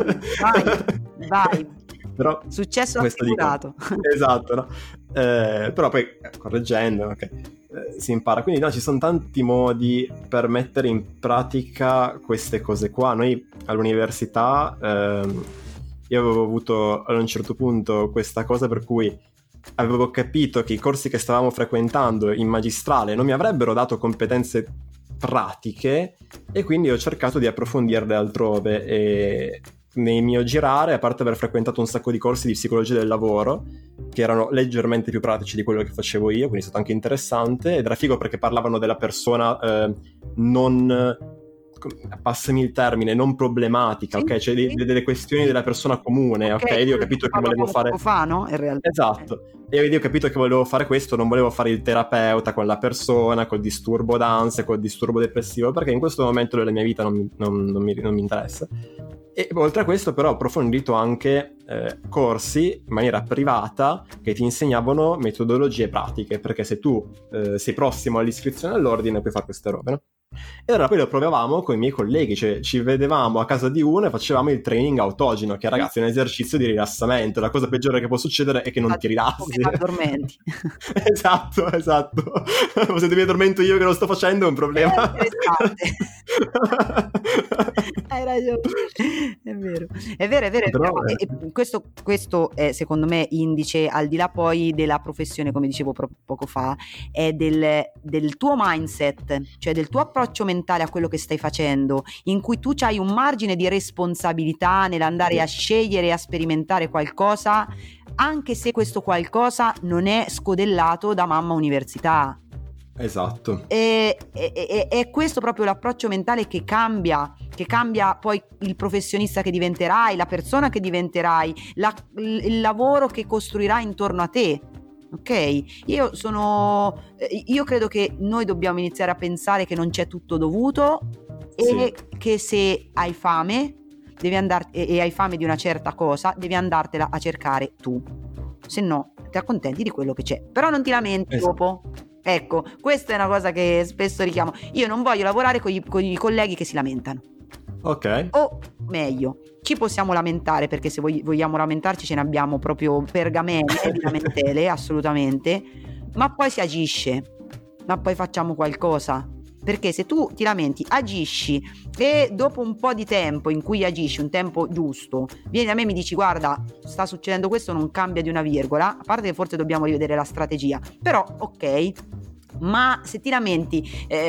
Vai. Però successo assicurato. Esatto, no? Però poi correggendo, ok, si impara. Quindi no, ci sono tanti modi per mettere in pratica queste cose qua. Noi all'università io avevo avuto ad un certo punto questa cosa per cui avevo capito che i corsi che stavamo frequentando in magistrale non mi avrebbero dato competenze pratiche, e quindi ho cercato di approfondirle altrove. E nel mio girare, a parte aver frequentato un sacco di corsi di psicologia del lavoro che erano leggermente più pratici di quello che facevo io, quindi è stato anche interessante ed era figo perché parlavano della persona non, passami il termine, non problematica, ok? Cioè delle questioni della persona comune, ok? Io ho capito che volevo fare... no? In realtà. Esatto. E io ho capito che volevo fare questo, non volevo fare il terapeuta con la persona, col disturbo d'ansia, col disturbo depressivo, perché in questo momento della mia vita non mi interessa. E oltre a questo però ho approfondito anche corsi in maniera privata che ti insegnavano metodologie pratiche, perché se tu sei prossimo all'iscrizione all'ordine puoi fare queste robe, no? E allora poi lo provavamo con i miei colleghi, cioè ci vedevamo a casa di uno e facevamo il training autogeno, che ragazzi è un esercizio di rilassamento. La cosa peggiore che può succedere è che non ti rilassi, che addormenti. esatto se devi addormento io che lo sto facendo è un problema. Hai ragione, è vero. Però, questo è secondo me indice, al di là poi della professione, come dicevo poco fa, è del tuo mindset, cioè del tuo approccio mentale a quello che stai facendo, in cui tu c'hai un margine di responsabilità nell'andare a scegliere e a sperimentare qualcosa, anche se questo qualcosa non è scodellato da mamma università. Esatto. E questo proprio l'approccio mentale che cambia poi il professionista che diventerai, la persona che diventerai, il lavoro che costruirai intorno a te. Ok? Io credo che noi dobbiamo iniziare a pensare che non c'è tutto dovuto e che se hai fame devi andare, e hai fame di una certa cosa, devi andartela a cercare tu, se no ti accontenti di quello che c'è, però non ti lamenti dopo. Ecco, questa è una cosa che spesso richiamo. Io non voglio lavorare con i colleghi che si lamentano. Ok. O meglio, ci possiamo lamentare, perché se vogliamo lamentarci ce ne abbiamo proprio pergamene di lamentele, assolutamente, ma poi si agisce, ma poi facciamo qualcosa. Perché se tu ti lamenti, agisci, e dopo un po' di tempo in cui agisci, un tempo giusto, vieni da me e mi dici guarda, sta succedendo questo, non cambia di una virgola, a parte che forse dobbiamo rivedere la strategia, però ok. Ma se ti lamenti,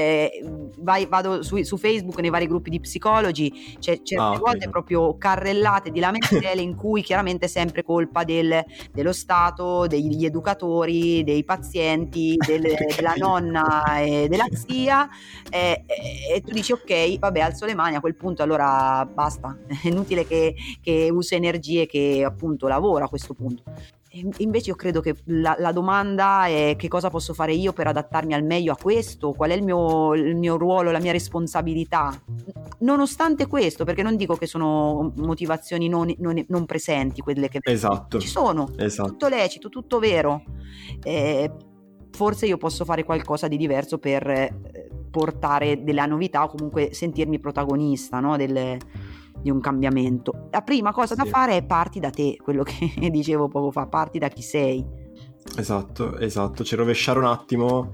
vado su Facebook, nei vari gruppi di psicologi, c'è certe volte proprio carrellate di lamentele in cui chiaramente è sempre colpa dello Stato, degli educatori, dei pazienti, della nonna e della zia, e tu dici ok, vabbè, alzo le mani, a quel punto allora basta, è inutile che uso energie, che appunto lavoro a questo punto. Invece io credo che la domanda è: che cosa posso fare io per adattarmi al meglio a questo? Qual è il mio ruolo, la mia responsabilità? Nonostante questo, perché non dico che sono motivazioni non presenti quelle che ci sono, tutto lecito, tutto vero. Forse io posso fare qualcosa di diverso per portare della novità, o comunque sentirmi protagonista, no? Di un cambiamento. La prima cosa da fare è parti da te, quello che dicevo poco fa, parti da chi sei. Esatto, cioè rovesciare un attimo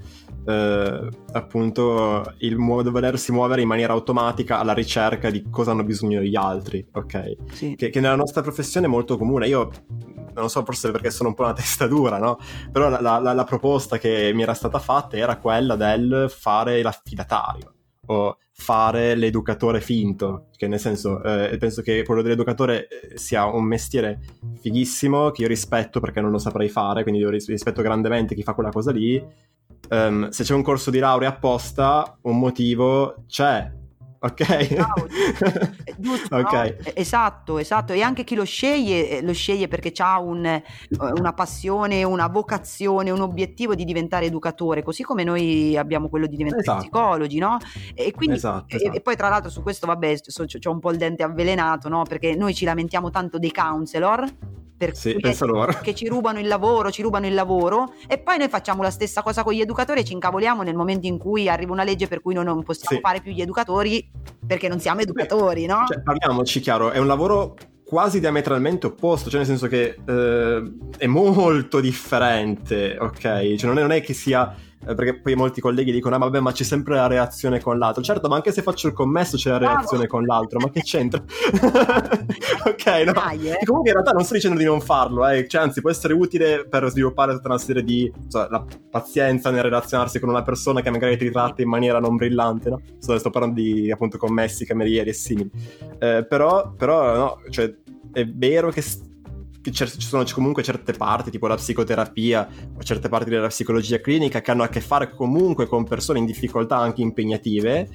appunto il volersi muovere in maniera automatica alla ricerca di cosa hanno bisogno gli altri, ok? Sì. Che nella nostra professione è molto comune. Io non so, forse perché sono un po' una testa dura, no? Però la proposta che mi era stata fatta era quella del fare l'affidatario o fare l'educatore finto, che nel senso penso che quello dell'educatore sia un mestiere fighissimo, che io rispetto perché non lo saprei fare, quindi io rispetto grandemente chi fa quella cosa lì. Se c'è un corso di laurea apposta, un motivo c'è, ok? Giusto, okay. No? Esatto, e anche chi lo sceglie perché ha una passione, una vocazione, un obiettivo di diventare educatore, così come noi abbiamo quello di diventare psicologi, no? E quindi e poi tra l'altro su questo vabbè c'ho un po' il dente avvelenato, no? Perché noi ci lamentiamo tanto dei counselor, che ci rubano il lavoro, e poi noi facciamo la stessa cosa con gli educatori e ci incavoliamo nel momento in cui arriva una legge per cui noi non possiamo fare più gli educatori perché non siamo educatori, no? Cioè, parliamoci chiaro, è un lavoro quasi diametralmente opposto, cioè nel senso che è molto differente, ok? Cioè non è che sia perché poi molti colleghi dicono vabbè, ma c'è sempre la reazione con l'altro. Certo, ma anche se faccio il commesso c'è la reazione con l'altro, ma che c'entra? Ok, no? Comunque in realtà non sto dicendo di non farlo, cioè, anzi può essere utile per sviluppare tutta una serie di la pazienza nel relazionarsi con una persona che magari ti tratta in maniera non brillante, no? Sto parlando di appunto commessi, camerieri e simili, però no, cioè è vero che ci sono comunque certe parti, tipo la psicoterapia o certe parti della psicologia clinica, che hanno a che fare comunque con persone in difficoltà anche impegnative,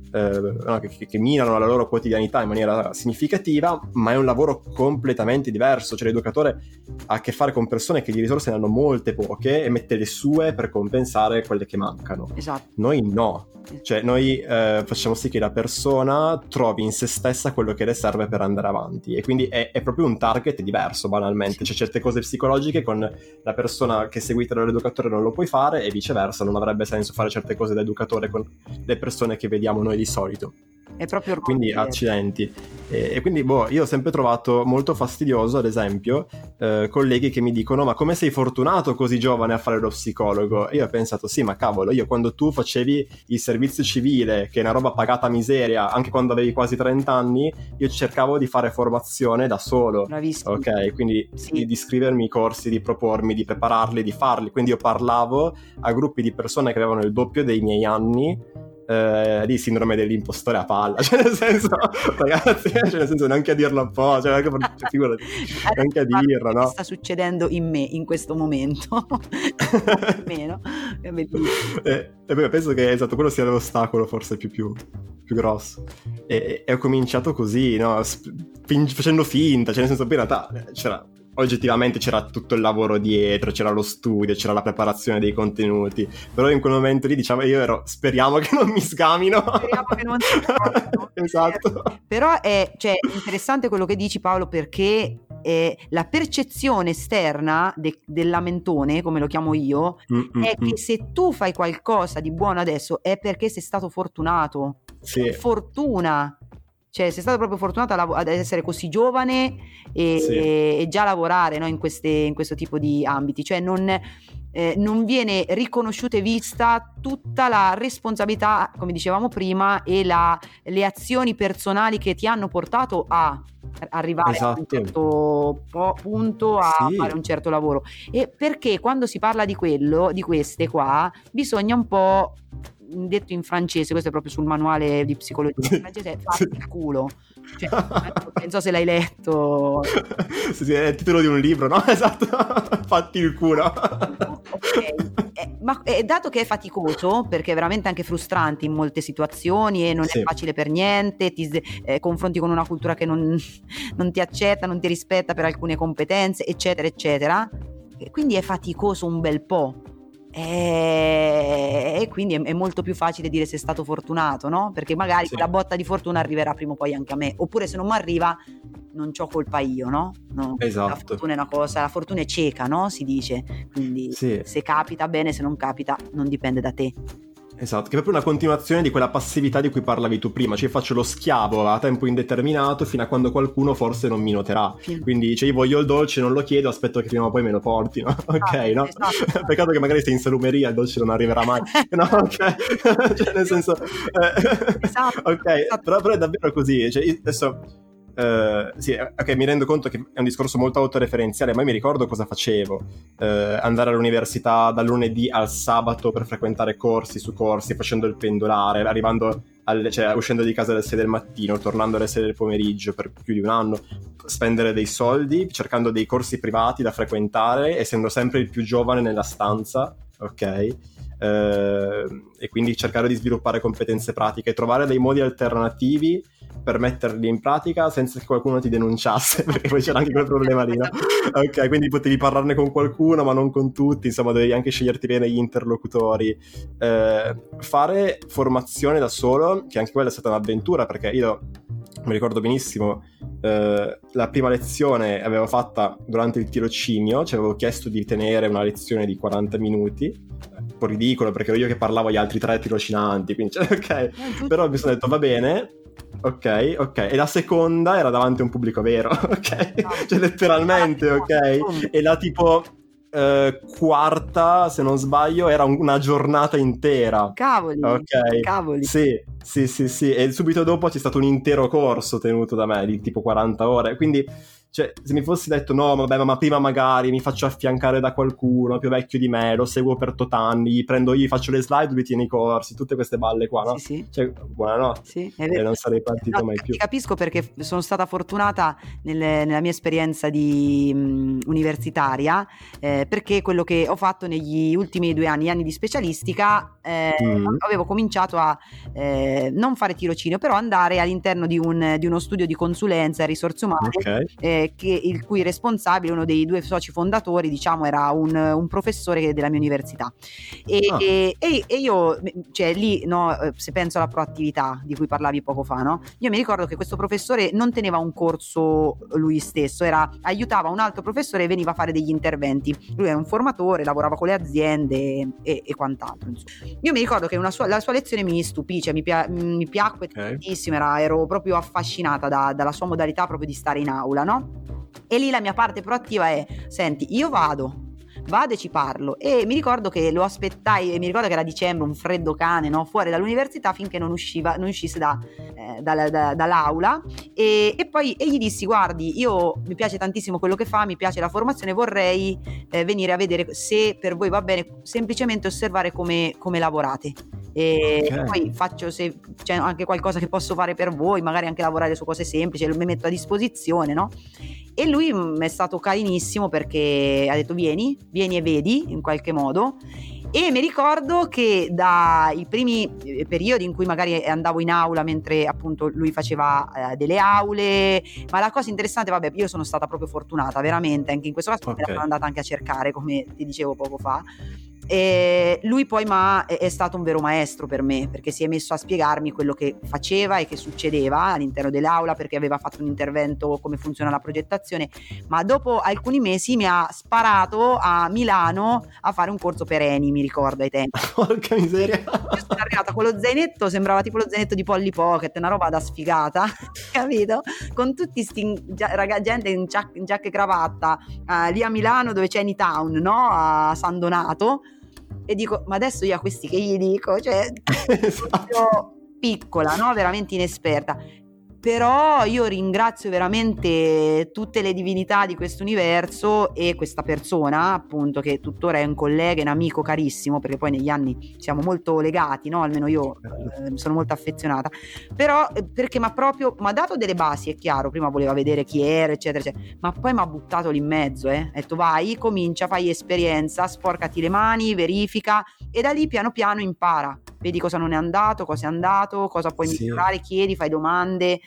che minano la loro quotidianità in maniera significativa, ma è un lavoro completamente diverso. Cioè l'educatore ha a che fare con persone che di risorse ne hanno molte poche e mette le sue per compensare quelle che mancano. Esatto. Noi no, cioè noi facciamo sì che la persona trovi in se stessa quello che le serve per andare avanti, e quindi è proprio un target diverso banalmente. C'è certe cose psicologiche con la persona che è seguita dall'educatore non lo puoi fare, e viceversa non avrebbe senso fare certe cose da educatore con le persone che vediamo noi di solito. È proprio quindi accidenti. E quindi io ho sempre trovato molto fastidioso, ad esempio, colleghi che mi dicono ma come sei fortunato così giovane a fare lo psicologo? E io ho pensato sì, ma cavolo, io quando tu facevi il servizio civile, che è una roba pagata a miseria, anche quando avevi quasi 30 anni, io cercavo di fare formazione da solo. Bravissimo. Ok, quindi di iscrivermi ai corsi, di propormi, di prepararli, di farli. Quindi io parlavo a gruppi di persone che avevano il doppio dei miei anni, di sindrome dell'impostore a palla, cioè nel senso, ragazzi, cioè nel senso neanche a dirlo un po', cioè neanche a dirlo, no? Che sta succedendo in me in questo momento, meno, e poi penso che esatto, quello sia l'ostacolo forse più grosso, e ho cominciato così, no? Facendo finta, cioè nel senso, in realtà c'era oggettivamente c'era tutto il lavoro dietro, c'era lo studio, c'era la preparazione dei contenuti, però in quel momento lì diciamo io ero speriamo che non mi sgamino. Speriamo che non si sgamino. Esatto. Però è interessante quello che dici, Paolo, perché la percezione esterna del lamentone, come lo chiamo io, è che se tu fai qualcosa di buono adesso è perché sei stato fortunato. Sì. Fortuna, cioè sei stato proprio fortunato ad essere così giovane e già lavorare, no, in questo tipo di ambiti, cioè non viene riconosciuta e vista tutta la responsabilità, come dicevamo prima, e le azioni personali che ti hanno portato a arrivare a un certo punto, a fare un certo lavoro. E perché quando si parla di queste qua, bisogna un po', detto in francese, questo è proprio sul manuale di psicologia in francese, fatti il culo. Cioè, non so se l'hai letto. Sì, è il titolo di un libro, no? Esatto. Fatti il culo. Ok. Ma dato che è faticoso, perché è veramente anche frustrante in molte situazioni e non è facile per niente, ti confronti con una cultura che non ti accetta, non ti rispetta per alcune competenze, eccetera eccetera, e quindi è faticoso un bel po'. E quindi è molto più facile dire sei stato fortunato, no? Perché magari la botta di fortuna arriverà prima o poi anche a me, oppure se non mi arriva non c'ho colpa io, no? Esatto. La fortuna è una cosa, la fortuna è cieca, no? Si dice, quindi se capita bene, se non capita non dipende da te. Esatto, che è proprio una continuazione di quella passività di cui parlavi tu prima, cioè faccio lo schiavo a tempo indeterminato fino a quando qualcuno forse non mi noterà, quindi io voglio il dolce, non lo chiedo, aspetto che prima o poi me lo porti, no? Ok, no? Esatto. Peccato che magari sei in salumeria, il dolce non arriverà mai, no? Ok, cioè nel senso esatto. Ok, però è davvero così, cioè adesso ok, mi rendo conto che è un discorso molto autoreferenziale, ma io mi ricordo cosa facevo, andare all'università dal lunedì al sabato per frequentare corsi su corsi, facendo il pendolare, arrivando uscendo di casa alle 6 del mattino, tornando alle 6 del pomeriggio per più di un anno, spendere dei soldi, cercando dei corsi privati da frequentare, essendo sempre il più giovane nella stanza, ok? E quindi cercare di sviluppare competenze pratiche, trovare dei modi alternativi per metterli in pratica senza che qualcuno ti denunciasse, perché poi c'era anche quel problema lì, no? Ok, quindi potevi parlarne con qualcuno ma non con tutti, insomma dovevi anche sceglierti bene gli interlocutori, fare formazione da solo, che anche quella è stata un'avventura, perché io mi ricordo benissimo la prima lezione avevo fatta durante il tirocinio, ci avevo chiesto di tenere una lezione di 40 minuti, un po' ridicolo perché ero io che parlavo agli altri 3 tirocinanti, quindi ok, però mi sono detto va bene. Ok, e la seconda era davanti a un pubblico vero, ok? Cioè letteralmente, ok? E la tipo quarta, se non sbaglio, era una giornata intera. Cavoli, ok? Cavoli. Sì, e subito dopo c'è stato un intero corso tenuto da me di tipo 40 ore, quindi cioè se mi fossi detto no vabbè ma prima magari mi faccio affiancare da qualcuno più vecchio di me, lo seguo per tot'anni, prendo io, faccio le slide, lui tiene i corsi, tutte queste balle qua, no? Sì. Cioè buonanotte, e non sarei partito mai più. Capisco, perché sono stata fortunata nella mia esperienza di universitaria, perché quello che ho fatto negli ultimi 2 anni di specialistica, avevo cominciato a non fare tirocinio, però andare all'interno di uno studio di consulenza e risorse umane, il cui responsabile, uno dei 2 soci fondatori, diciamo, era un professore della mia università, e io, cioè lì, no, se penso alla proattività di cui parlavi poco fa, no? Io mi ricordo che questo professore non teneva un corso lui stesso, aiutava un altro professore e veniva a fare degli interventi. Lui era un formatore, lavorava con le aziende e quant'altro, insomma. Io mi ricordo che la sua lezione mi stupì, cioè mi piacque tantissimo, ero proprio affascinata dalla sua modalità proprio di stare in aula, no? E lì la mia parte proattiva è: senti, io vado e ci parlo, e mi ricordo che lo aspettai, e mi ricordo che era dicembre, un freddo cane, no? Fuori dall'università, finché non uscisse dall'aula, e poi gli dissi: guardi, mi piace tantissimo quello che fa, mi piace la formazione, vorrei venire a vedere se per voi va bene, semplicemente osservare come lavorate, e poi faccio, se c'è anche qualcosa che posso fare per voi, magari anche lavorare su cose semplici, mi metto a disposizione, no? E lui mi è stato carinissimo, perché ha detto vieni e vedi in qualche modo, E mi ricordo che dai primi periodi in cui magari andavo in aula mentre appunto lui faceva delle aule, ma la cosa interessante, vabbè, io sono stata proprio fortunata veramente, anche in questo caso me la sono andata anche a cercare, come ti dicevo poco fa. E lui poi è stato un vero maestro per me, perché si è messo a spiegarmi quello che faceva e che succedeva all'interno dell'aula, perché aveva fatto un intervento come funziona la progettazione, ma dopo alcuni mesi mi ha sparato a Milano a fare un corso per Eni, mi ricordo ai tempi. Porca miseria. Io sono arrivata con lo zainetto, sembrava tipo lo zainetto di Polly Pocket, una roba da sfigata, capito? Con tutti sti gente in giacca e cravatta, lì a Milano dove c'è Anytown, no? A San Donato. E dico, ma adesso io a questi che gli dico? Cioè, Esatto. piccola, no? Veramente inesperta. Però io ringrazio veramente tutte le divinità di questo universo e questa persona, appunto, che tuttora è un collega, un amico carissimo, perché poi negli anni siamo molto legati, no? Almeno io sono molto affezionata. Però perché mi ha dato delle basi, è chiaro, prima voleva vedere chi ero, eccetera, eccetera, ma poi mi ha buttato lì in mezzo, ha detto vai, comincia, fai esperienza, sporcati le mani, verifica, e da lì piano piano impara. Vedi cosa non è andato, cosa è andato, cosa puoi migliorare, chiedi, fai domande,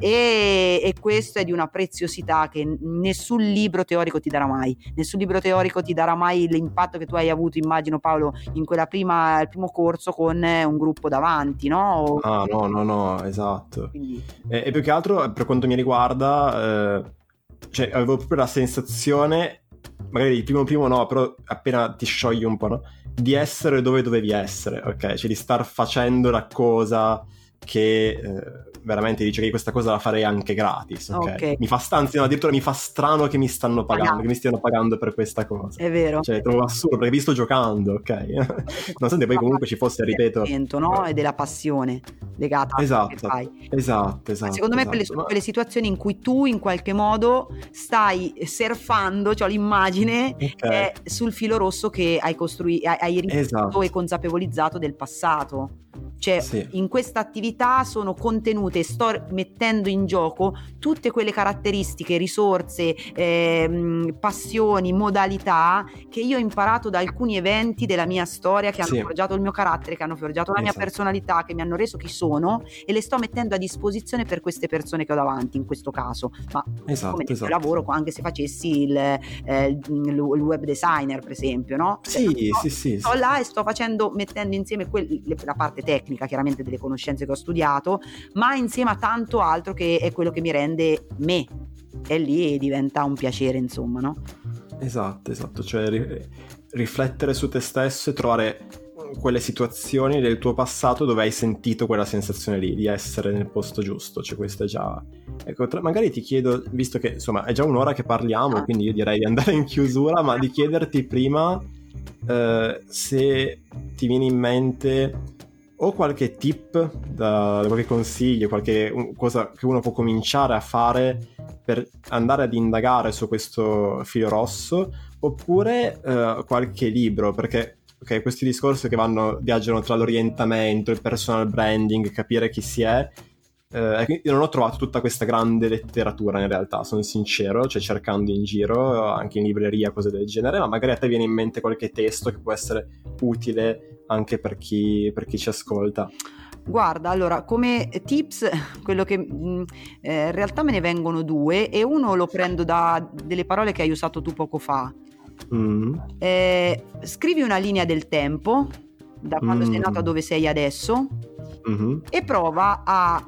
e questo è di una preziosità che nessun libro teorico ti darà mai. Nessun libro teorico ti darà mai l'impatto che tu hai avuto, immagino Paolo, in il primo corso con un gruppo davanti, no? Ah, no, esatto. E più che altro, per quanto mi riguarda, cioè avevo proprio la sensazione, magari il primo no, però appena ti sciogli un po', no? Di essere dove dovevi essere, ok? Cioè di star facendo la cosa che veramente dice che questa cosa la farei anche gratis, ok? Mi fa anzi, no, addirittura mi fa strano che mi stanno pagando, che mi stiano pagando per questa cosa. È vero. Cioè trovo assurdo, perché vi sto giocando, ok? Nonostante poi comunque ci fosse, ripeto... no? E della passione legata a che fai. Esatto. Secondo me quelle situazioni in cui tu in qualche modo stai surfando, cioè l'immagine sul filo rosso che hai costruito, hai ripetuto e consapevolizzato del passato. Cioè in questa attività sono contenute, sto mettendo in gioco tutte quelle caratteristiche, risorse, passioni, modalità che io ho imparato da alcuni eventi della mia storia che hanno forgiato il mio carattere, che hanno forgiato la mia personalità, che mi hanno reso chi sono, e le sto mettendo a disposizione per queste persone che ho davanti in questo caso. Ma come lavoro anche se facessi il web designer, per esempio, no? Sto là e sto mettendo insieme la parte tecnica, chiaramente, delle conoscenze che ho studiato, ma insieme a tanto altro che è quello che mi rende me, e lì diventa un piacere, insomma, no? Esatto, cioè riflettere su te stesso e trovare quelle situazioni del tuo passato dove hai sentito quella sensazione lì di essere nel posto giusto. Cioè questo è già, ecco, magari ti chiedo, visto che insomma è già un'ora che parliamo, quindi io direi di andare in chiusura, ma di chiederti prima se ti viene in mente o qualche tip, qualche consiglio, qualche cosa che uno può cominciare a fare per andare ad indagare su questo filo rosso, oppure qualche libro, perché questi discorsi che viaggiano tra l'orientamento, il personal branding, capire chi si è, io non ho trovato tutta questa grande letteratura in realtà, sono sincero, cioè cercando in giro, anche in libreria, cose del genere, ma magari a te viene in mente qualche testo che può essere utile anche per chi ci ascolta. Guarda, allora, come tips, quello che in realtà me ne vengono due, e uno lo prendo da delle parole che hai usato tu poco fa. Scrivi una linea del tempo da quando sei nato a dove sei adesso, e prova a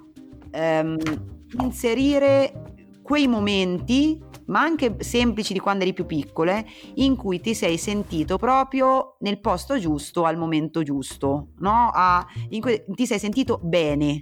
inserire quei momenti, ma anche semplici, di quando eri più piccole, in cui ti sei sentito proprio nel posto giusto al momento giusto, no? In cui ti sei sentito bene.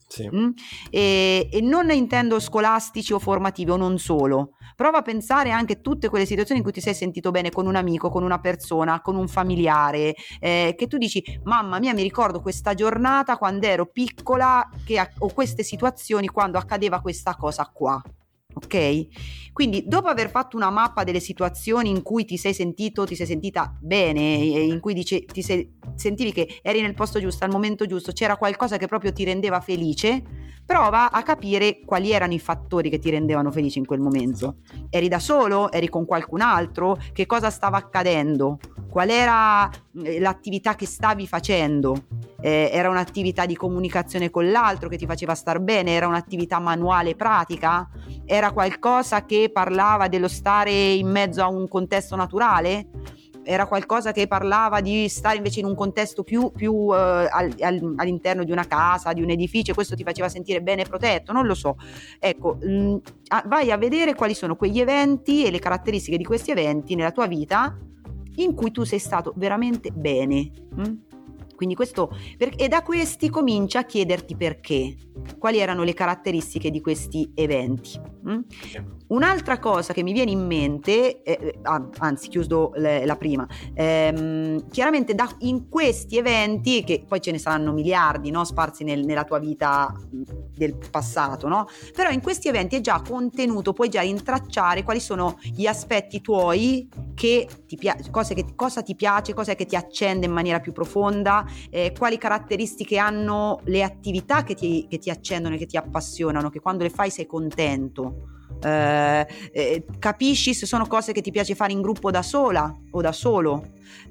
E non intendo scolastici o formativi, o non solo. Prova a pensare anche a tutte quelle situazioni in cui ti sei sentito bene con un amico, con una persona, con un familiare, che tu dici: mamma mia, mi ricordo questa giornata quando ero piccola, o queste situazioni quando accadeva questa cosa qua. Ok? Quindi dopo aver fatto una mappa delle situazioni in cui ti sei sentita bene, in cui ti sei sentivi che eri nel posto giusto, al momento giusto, c'era qualcosa che proprio ti rendeva felice, prova a capire quali erano i fattori che ti rendevano felice in quel momento. Eri da solo? Eri con qualcun altro? Che cosa stava accadendo? Qual era l'attività che stavi facendo? Era un'attività di comunicazione con l'altro che ti faceva star bene? Era un'attività manuale pratica? Era qualcosa che parlava dello stare in mezzo a un contesto naturale? Era qualcosa che parlava di stare invece in un contesto più all'interno di una casa, di un edificio, e questo ti faceva sentire bene e protetto? Non lo so. Ecco, vai a vedere quali sono quegli eventi e le caratteristiche di questi eventi nella tua vita in cui tu sei stato veramente bene. Quindi questo, e da questi comincia a chiederti perché, quali erano le caratteristiche di questi eventi. Un'altra cosa che mi viene in mente, anzi chiuso la prima, chiaramente in questi eventi, che poi ce ne saranno miliardi, no, sparsi nella tua vita del passato, no? Però in questi eventi è già contenuto, puoi già intracciare quali sono gli aspetti tuoi che ti cosa ti piace, cosa è che ti accende in maniera più profonda, quali caratteristiche hanno le attività che ti accendono e che ti appassionano, che quando le fai sei contento. Capisci se sono cose che ti piace fare in gruppo da sola o da solo.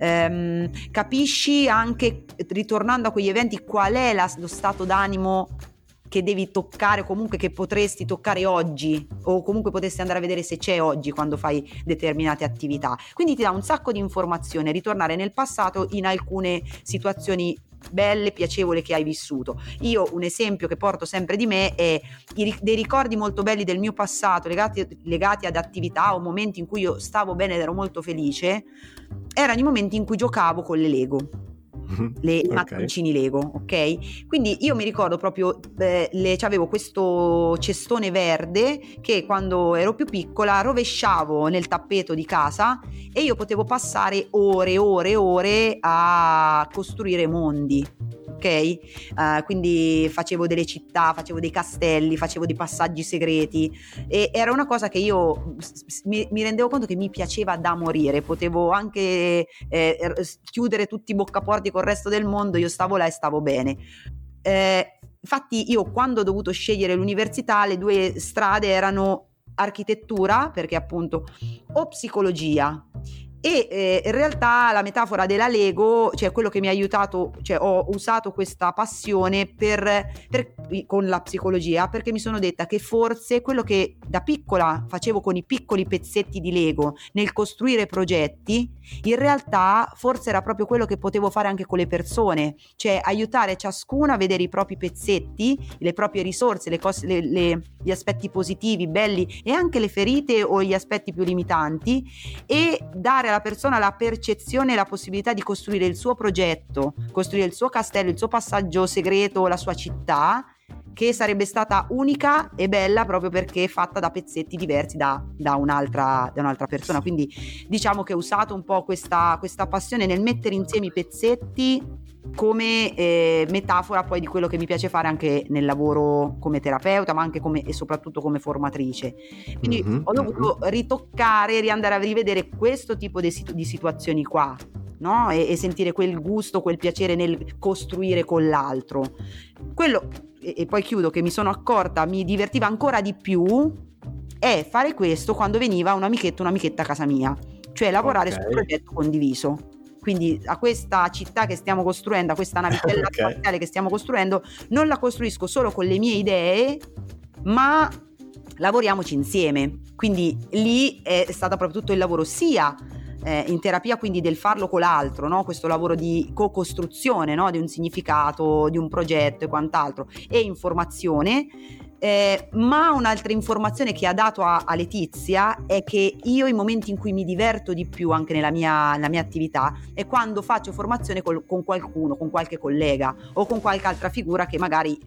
Capisci anche, ritornando a quegli eventi, qual è lo stato d'animo che devi toccare, comunque che potresti toccare oggi, o comunque potresti andare a vedere se c'è oggi quando fai determinate attività. Quindi ti dà un sacco di informazione, ritornare nel passato in alcune situazioni belle, piacevoli che hai vissuto. Io un esempio che porto sempre di me è dei ricordi molto belli del mio passato legati ad attività o momenti in cui io stavo bene ed ero molto felice. Erano i momenti in cui giocavo con le Lego, i mattoncini Lego, ok? Quindi io mi ricordo proprio avevo questo cestone verde che quando ero più piccola rovesciavo nel tappeto di casa e io potevo passare ore a costruire mondi, ok? Quindi facevo delle città, facevo dei castelli, facevo dei passaggi segreti, e era una cosa che io mi rendevo conto che mi piaceva da morire. Potevo anche chiudere tutti i boccaporti col resto del mondo, io stavo là e stavo bene. Infatti io, quando ho dovuto scegliere l'università, le due strade erano architettura, perché appunto, o psicologia. E in realtà la metafora della Lego, cioè quello che mi ha aiutato, cioè ho usato questa passione con la psicologia, perché mi sono detta che forse quello che da piccola facevo con i piccoli pezzetti di Lego nel costruire progetti, in realtà forse era proprio quello che potevo fare anche con le persone, cioè aiutare ciascuna a vedere i propri pezzetti, le proprie risorse, le cose, gli aspetti positivi, belli, e anche le ferite o gli aspetti più limitanti, e dare alla persona la percezione e la possibilità di costruire il suo progetto, costruire il suo castello, il suo passaggio segreto, la sua città, che sarebbe stata unica e bella proprio perché fatta da pezzetti diversi da un'altra persona. Quindi diciamo che ho usato un po' questa passione nel mettere insieme i pezzetti come metafora poi di quello che mi piace fare anche nel lavoro come terapeuta, ma anche e soprattutto come formatrice. Quindi ho dovuto ritoccare, riandare a rivedere questo tipo di situazioni qua, no? E sentire quel gusto, quel piacere nel costruire con l'altro. Quello, e poi chiudo, che mi sono accorta mi divertiva ancora di più è fare questo quando veniva un'amichetta a casa mia, cioè lavorare su un progetto condiviso. Quindi a questa città che stiamo costruendo, a questa navicella spaziale che stiamo costruendo, non la costruisco solo con le mie idee, ma lavoriamoci insieme. Quindi lì è stato proprio tutto il lavoro sia in terapia, quindi del farlo con l'altro, no? Questo lavoro di co-costruzione, no? Di un significato, di un progetto e quant'altro, e informazione. Ma un'altra informazione che ha dato a Letizia è che io, i momenti in cui mi diverto di più anche nella mia attività, è quando faccio formazione con qualcuno, con qualche collega o con qualche altra figura che magari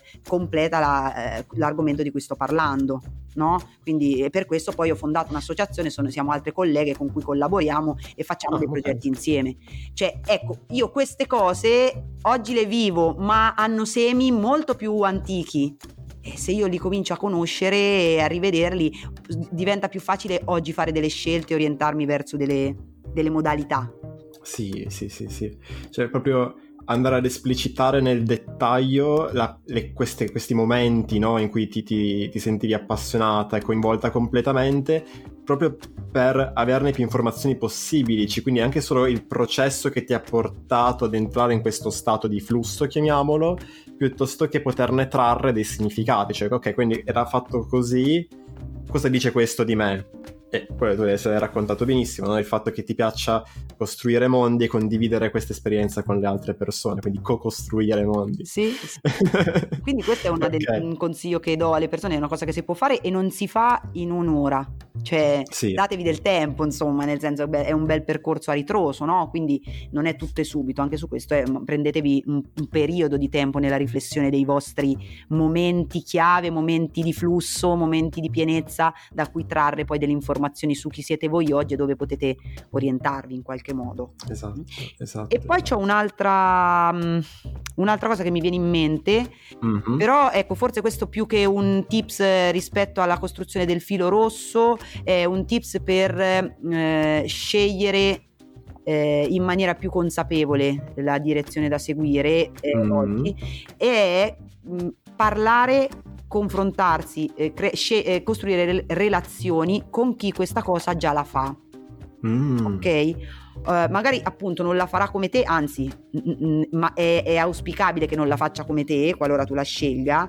completa l'argomento di cui sto parlando, no? Quindi per questo poi ho fondato un'associazione, siamo altre colleghe con cui collaboriamo e facciamo dei progetti insieme. Cioè, ecco, io queste cose oggi le vivo, ma hanno semi molto più antichi. E se io li comincio a conoscere e a rivederli, diventa più facile oggi fare delle scelte e orientarmi verso delle modalità. Sì, sì, sì, sì. Cioè proprio andare ad esplicitare nel dettaglio questi momenti, no, in cui ti sentivi appassionata e coinvolta completamente, proprio per averne più informazioni possibili, quindi anche solo il processo che ti ha portato ad entrare in questo stato di flusso, chiamiamolo, piuttosto che poterne trarre dei significati, cioè ok, quindi era fatto così, cosa dice questo di me? E quello tu adesso hai raccontato benissimo, no? Il fatto che ti piaccia costruire mondi e condividere questa esperienza con le altre persone, quindi co-costruire mondi. Sì, sì. Quindi questo è Ok. un consiglio che do alle persone, è una cosa che si può fare e non si fa in un'ora, cioè Sì, datevi del tempo, insomma, nel senso è un bel percorso a ritroso, no? Quindi non è tutto e subito, anche su questo prendetevi un periodo di tempo nella riflessione dei vostri momenti chiave, momenti di flusso, momenti di pienezza da cui trarre poi delle informazioni su chi siete voi oggi e dove potete orientarvi in qualche modo. esatto, E esatto. poi c'ho un'altra cosa che mi viene in mente, Mhm. però ecco, forse questo più che un tips rispetto alla costruzione del filo rosso, è un tips per scegliere in maniera più consapevole la direzione da seguire oggi, è parlare, confrontarsi, costruire relazioni con chi questa cosa già la fa. Ok? Magari appunto non la farà come te, anzi, ma è auspicabile che non la faccia come te qualora tu la scelga,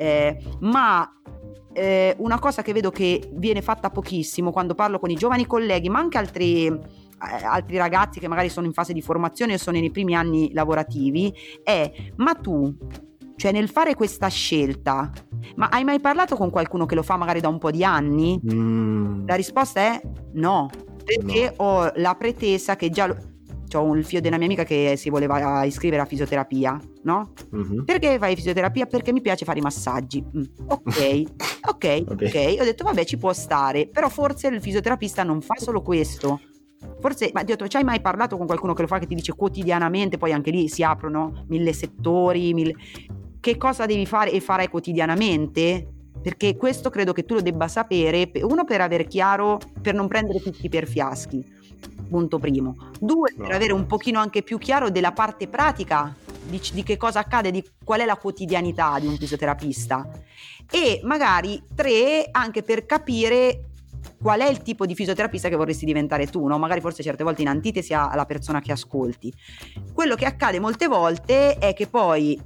ma una cosa che vedo che viene fatta pochissimo quando parlo con i giovani colleghi, ma anche altri ragazzi che magari sono in fase di formazione o sono nei primi anni lavorativi, è: ma tu, cioè nel fare questa scelta, ma hai mai parlato con qualcuno che lo fa magari da un po' di anni? La risposta è no, perché ho la pretesa che già c'ho il figlio di una mia amica che si voleva iscrivere a fisioterapia, no? Perché fai fisioterapia? Perché mi piace fare i massaggi. Ok, ok. Ho detto vabbè, ci può stare, però forse il fisioterapista non fa solo questo. Forse, ma ti ho detto, ci hai mai parlato con qualcuno che lo fa, che ti dice quotidianamente? Poi anche lì si aprono 1000 settori, che cosa devi fare e farai quotidianamente? Perché questo credo che tu lo debba sapere, uno, per aver chiaro, per non prendere tutti per fiaschi, punto primo. Due, per avere un pochino anche più chiaro della parte pratica di che cosa accade, di qual è la quotidianità di un fisioterapista, e magari tre, anche per capire qual è il tipo di fisioterapista che vorresti diventare tu, no? Magari forse certe volte in antitesi alla persona che ascolti. Quello che accade molte volte è che poi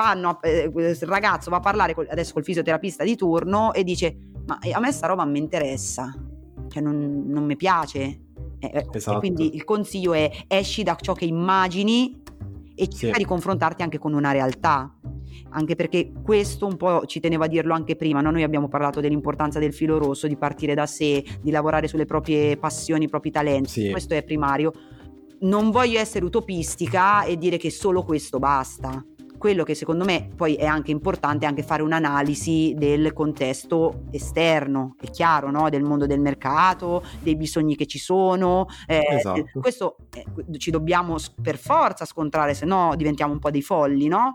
il ragazzo va a parlare adesso col fisioterapista di turno e dice: ma a me sta roba mi interessa, cioè non mi piace. Esatto. E quindi il consiglio è: esci da ciò che immagini e cerca di confrontarti anche con una realtà. Anche perché questo un po' ci tenevo a dirlo anche prima, no? Noi abbiamo parlato dell'importanza del filo rosso, di partire da sé, di lavorare sulle proprie passioni, i propri talenti, questo è primario. Non voglio essere utopistica e dire che solo questo basta. Quello che secondo me poi è anche importante è anche fare un'analisi del contesto esterno, è chiaro, no? Del mondo del mercato, dei bisogni che ci sono, Esatto. questo ci dobbiamo per forza scontrare, se no diventiamo un po' dei folli, no?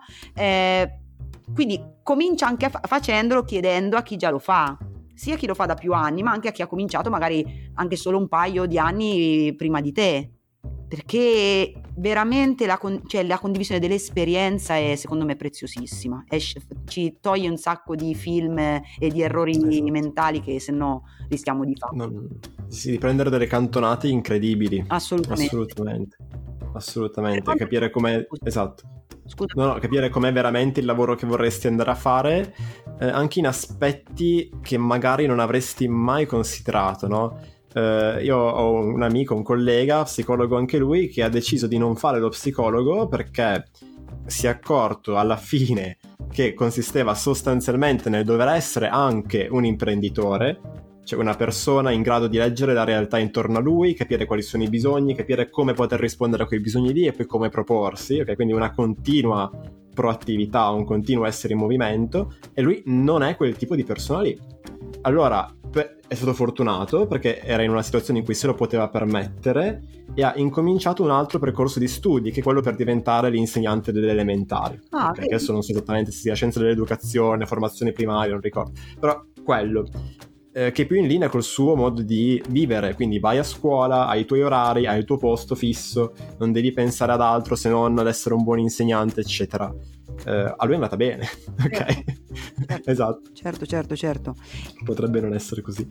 Quindi comincia anche facendolo, chiedendo a chi già lo fa, sia chi lo fa da più anni, ma anche a chi ha cominciato magari anche solo un paio di anni prima di te, perché veramente la condivisione dell'esperienza è, secondo me, preziosissima. Ci toglie un sacco di film e di errori mentali che se no rischiamo di fare. Di prendere delle cantonate incredibili. Assolutamente. Capire com'è. Esatto. Scusa. Capire com'è veramente il lavoro che vorresti andare a fare, anche in aspetti che magari non avresti mai considerato, no? Io ho un amico, un collega, psicologo anche lui, che ha deciso di non fare lo psicologo perché si è accorto alla fine che consisteva sostanzialmente nel dover essere anche un imprenditore, cioè una persona in grado di leggere la realtà intorno a lui, capire quali sono i bisogni, capire come poter rispondere a quei bisogni lì e poi come proporsi, ok? Quindi una continua proattività, un continuo essere in movimento, e lui non è quel tipo di persona lì. Allora è stato fortunato perché era in una situazione in cui se lo poteva permettere e ha incominciato un altro percorso di studi, che è quello per diventare l'insegnante delle elementari. Okay? Adesso non so esattamente se sia scienza dell'educazione, formazione primaria, non ricordo, però quello. che è più in linea col suo modo di vivere, quindi vai a scuola, hai i tuoi orari, hai il tuo posto fisso, non devi pensare ad altro se non ad essere un buon insegnante, eccetera. A lui è andata bene, ok? Certo. Esatto. Certo. Potrebbe non essere così.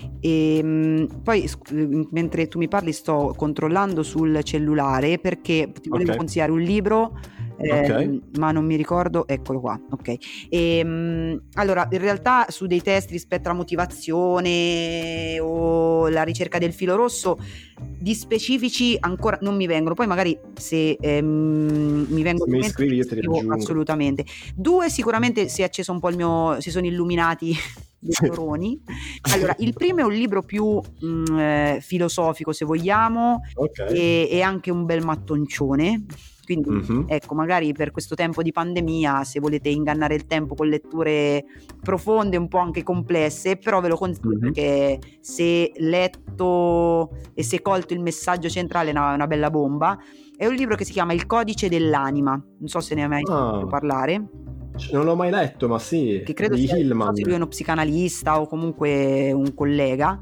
E poi mentre tu mi parli sto controllando sul cellulare perché ti volevo consigliare un libro, ma non mi ricordo, eccolo qua, ok. Allora, in realtà su dei test rispetto alla motivazione o la ricerca del filo rosso di specifici ancora non mi vengono, poi magari se mi vengono se mi scrivi io te li aggiungo. Assolutamente. 2 sicuramente si è acceso un po' si sono illuminati dei neuroni. Allora, il primo è un libro più filosofico, se vogliamo, e anche un bel mattoncione. Quindi ecco, magari per questo tempo di pandemia, se volete ingannare il tempo con letture profonde, un po' anche complesse, però ve lo consiglio perché se letto e se colto il messaggio centrale è una bella bomba. È un libro che si chiama Il codice dell'anima, non so se ne hai mai sentito parlare. Non l'ho mai letto, ma sì, che credo di sia, Hillman. non so se lui è uno psicanalista o comunque un collega,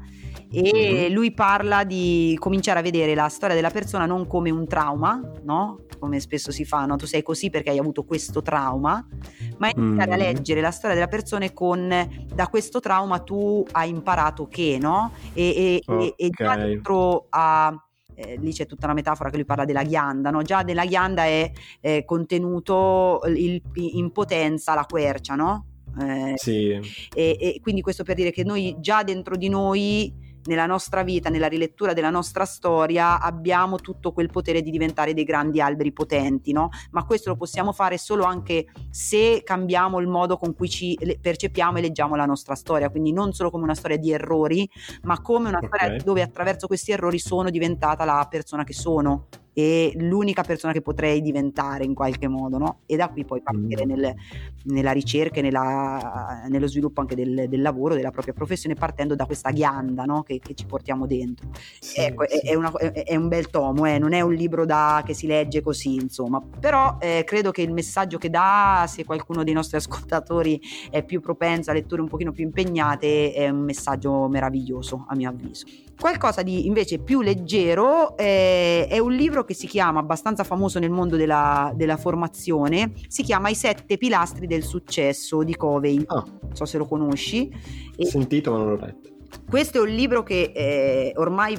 e lui parla di cominciare a vedere la storia della persona non come un trauma, no? Come spesso si fa, no? Tu sei così perché hai avuto questo trauma, ma iniziare a leggere la storia della persona con da questo trauma tu hai imparato che, no? E già dentro a lì c'è tutta una metafora che lui parla della ghianda, no? Già nella ghianda è contenuto in potenza la quercia, no? Sì. E quindi questo per dire che noi già dentro di noi, nella nostra vita, nella rilettura della nostra storia, abbiamo tutto quel potere di diventare dei grandi alberi potenti, no? Ma questo lo possiamo fare solo anche se cambiamo il modo con cui ci percepiamo e leggiamo la nostra storia, quindi non solo come una storia di errori, ma come una storia dove attraverso questi errori sono diventata la persona che sono e l'unica persona che potrei diventare in qualche modo, no? E da qui poi partire nella ricerca e nello sviluppo anche del lavoro, della propria professione, partendo da questa ghianda, no? Che ci portiamo dentro. Sì, ecco, sì. È un bel tomo, non è un libro che si legge così, insomma, però credo che il messaggio che dà, se qualcuno dei nostri ascoltatori è più propenso a letture un pochino più impegnate, è un messaggio meraviglioso, a mio avviso. Qualcosa di invece più leggero è un libro che si chiama, abbastanza famoso nel mondo della formazione, si chiama I 7 pilastri del successo di Covey. Non so se lo conosci. Sentito ma non l'ho letto. Questo è un libro che ormai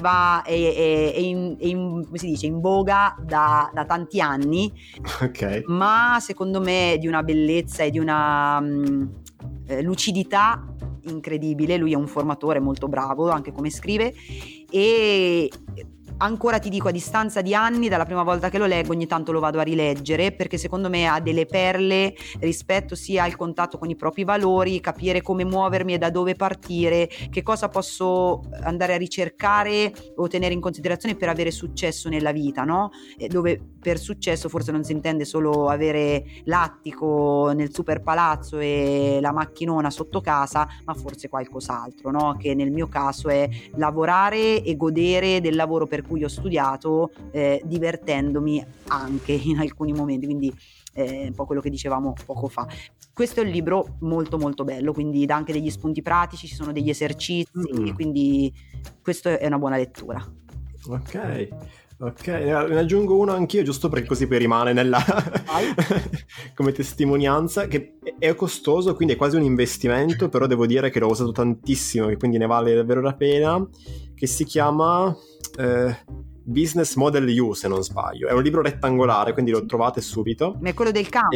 come si dice, in voga da tanti anni, ma secondo me di una bellezza e di una lucidità incredibile. Lui è un formatore molto bravo anche come scrive, e ancora ti dico, a distanza di anni dalla prima volta che lo leggo, ogni tanto lo vado a rileggere perché secondo me ha delle perle rispetto sia al contatto con i propri valori, capire come muovermi e da dove partire, che cosa posso andare a ricercare o tenere in considerazione per avere successo nella vita, no? Dove per successo forse non si intende solo avere l'attico nel super palazzo e la macchinona sotto casa, ma forse qualcos'altro, no? Che nel mio caso è lavorare e godere del lavoro per cui ho studiato, divertendomi anche in alcuni momenti, quindi un po' quello che dicevamo poco fa. Questo è un libro molto molto bello, quindi dà anche degli spunti pratici, ci sono degli esercizi, quindi questo è una buona lettura. Ok, ne aggiungo uno anch'io, giusto perché così poi rimane nella come testimonianza, che è costoso, quindi è quasi un investimento, però devo dire che l'ho usato tantissimo e quindi ne vale davvero la pena, che si chiama Business Model U, se non sbaglio. È un libro rettangolare, quindi lo trovate subito. Ma è quello del Canva?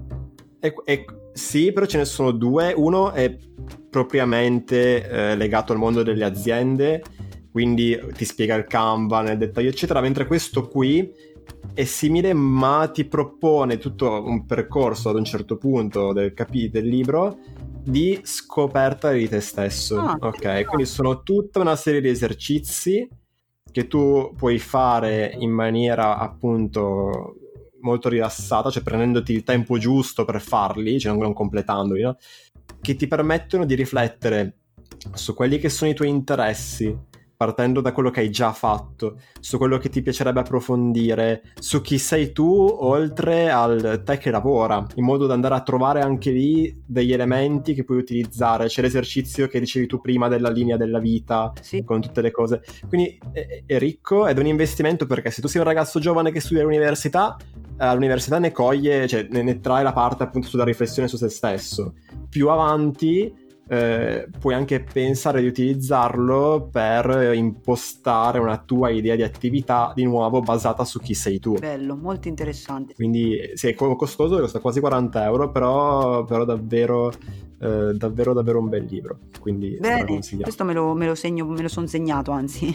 Sì, però ce ne sono due. Uno è propriamente legato al mondo delle aziende, quindi ti spiega il Canva nel dettaglio eccetera, mentre questo qui è simile ma ti propone tutto un percorso ad un certo punto del libro di scoperta di te stesso. Quindi sono tutta una serie di esercizi che tu puoi fare in maniera appunto molto rilassata, cioè prendendoti il tempo giusto per farli, cioè non completandoli, no? Che ti permettono di riflettere su quelli che sono i tuoi interessi, partendo da quello che hai già fatto, su quello che ti piacerebbe approfondire, su chi sei tu oltre al te che lavora, in modo da andare a trovare anche lì degli elementi che puoi utilizzare. C'è l'esercizio che dicevi tu prima della linea della vita, Sì. con tutte le cose. Quindi è ricco ed è un investimento, perché se tu sei un ragazzo giovane che studia all'università ne coglie, cioè ne trae la parte appunto sulla riflessione su se stesso. Più avanti puoi anche pensare di utilizzarlo per impostare una tua idea di attività di nuovo basata su chi sei tu. Bello, molto interessante. Quindi sì, è costoso, costa quasi 40 euro, però davvero un bel libro, quindi Bene, questo me lo segno, me lo son segnato, anzi.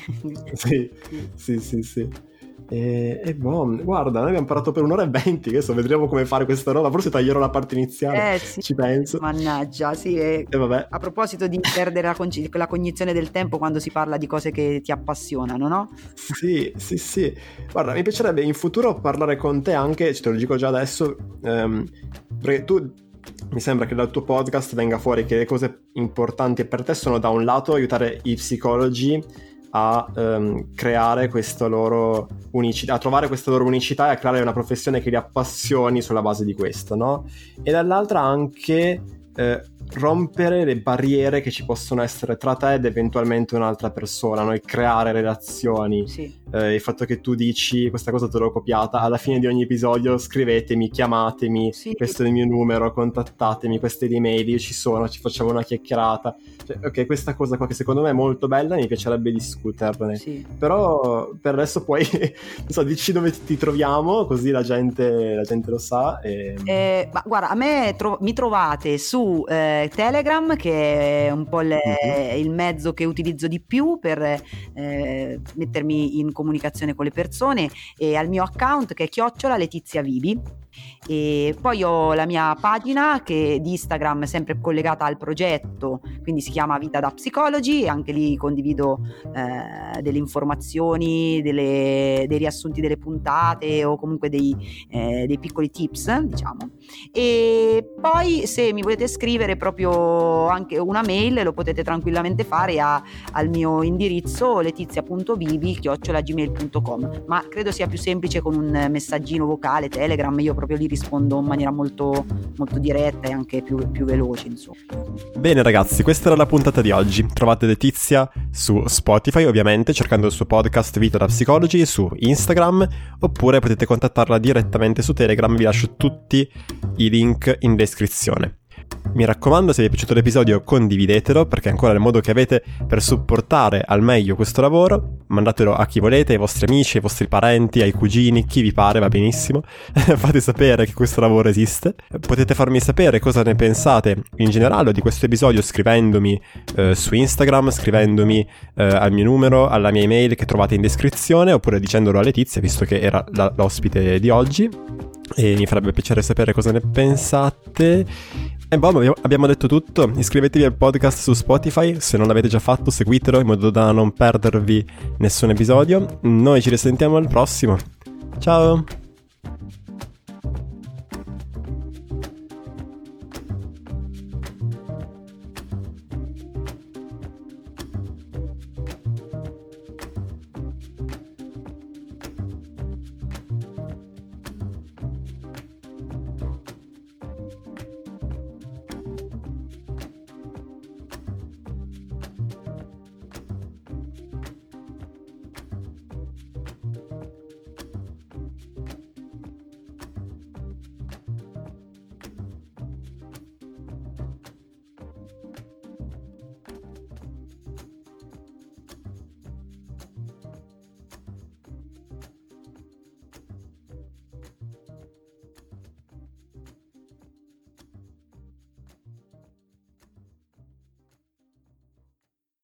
sì. E boh, guarda, noi abbiamo parlato per 1 ora e 20, adesso vedremo come fare questa roba, forse taglierò la parte iniziale, Sì. Ci penso. Mannaggia, sì. Vabbè. A proposito di perdere la cognizione del tempo quando si parla di cose che ti appassionano, no? Sì. Guarda, mi piacerebbe in futuro parlare con te anche, te lo dico già adesso, perché tu mi sembra che dal tuo podcast venga fuori che le cose importanti per te sono, da un lato, aiutare i psicologi a creare questa loro unicità, a trovare questa loro unicità e a creare una professione che li appassioni sulla base di questo, no? E dall'altra anche rompere le barriere che ci possono essere tra te ed eventualmente un'altra persona, no? E creare relazioni. Sì. Il fatto che tu dici, questa cosa te l'ho copiata, alla fine di ogni episodio scrivetemi, chiamatemi, Sì. questo è il mio numero, contattatemi, queste email, io ci sono, ci facciamo una chiacchierata. Cioè, ok, questa cosa qua che secondo me è molto bella, mi piacerebbe discuterne. Sì. Però per adesso poi non so, dici dove ti troviamo, così la gente lo sa. Ma guarda, a me mi trovate su Telegram, che è un po' il mezzo che utilizzo di più per mettermi in comunicazione con le persone, e al mio account che è @LetiziaVivi. E poi ho la mia pagina di Instagram, sempre collegata al progetto, quindi si chiama Vita da Psicologi, e anche lì condivido delle informazioni, dei riassunti delle puntate, o comunque dei piccoli tips, diciamo. E poi, se mi volete scrivere proprio anche una mail, lo potete tranquillamente fare al mio indirizzo letizia.vivi@gmail.com, ma credo sia più semplice con un messaggino vocale, Telegram. Io proprio lì rispondo in maniera molto, molto diretta e anche più veloce, insomma. Bene ragazzi, questa era la puntata di oggi. Trovate Letizia su Spotify, ovviamente, cercando il suo podcast Vita da Psicologi, su Instagram, oppure potete contattarla direttamente su Telegram. Vi lascio tutti i link in descrizione. Mi raccomando, se vi è piaciuto l'episodio, condividetelo, perché è ancora il modo che avete per supportare al meglio questo lavoro. Mandatelo a chi volete, ai vostri amici, ai vostri parenti, ai cugini, chi vi pare, va benissimo. Fate sapere che questo lavoro esiste. Potete farmi sapere cosa ne pensate in generale di questo episodio scrivendomi su Instagram, scrivendomi al mio numero, alla mia email che trovate in descrizione, oppure dicendolo a Letizia, visto che era l'ospite di oggi. E mi farebbe piacere sapere cosa ne pensate. E boh, abbiamo detto tutto. Iscrivetevi al podcast su Spotify, se non l'avete già fatto seguitelo in modo da non perdervi nessun episodio. Noi ci risentiamo al prossimo. Ciao!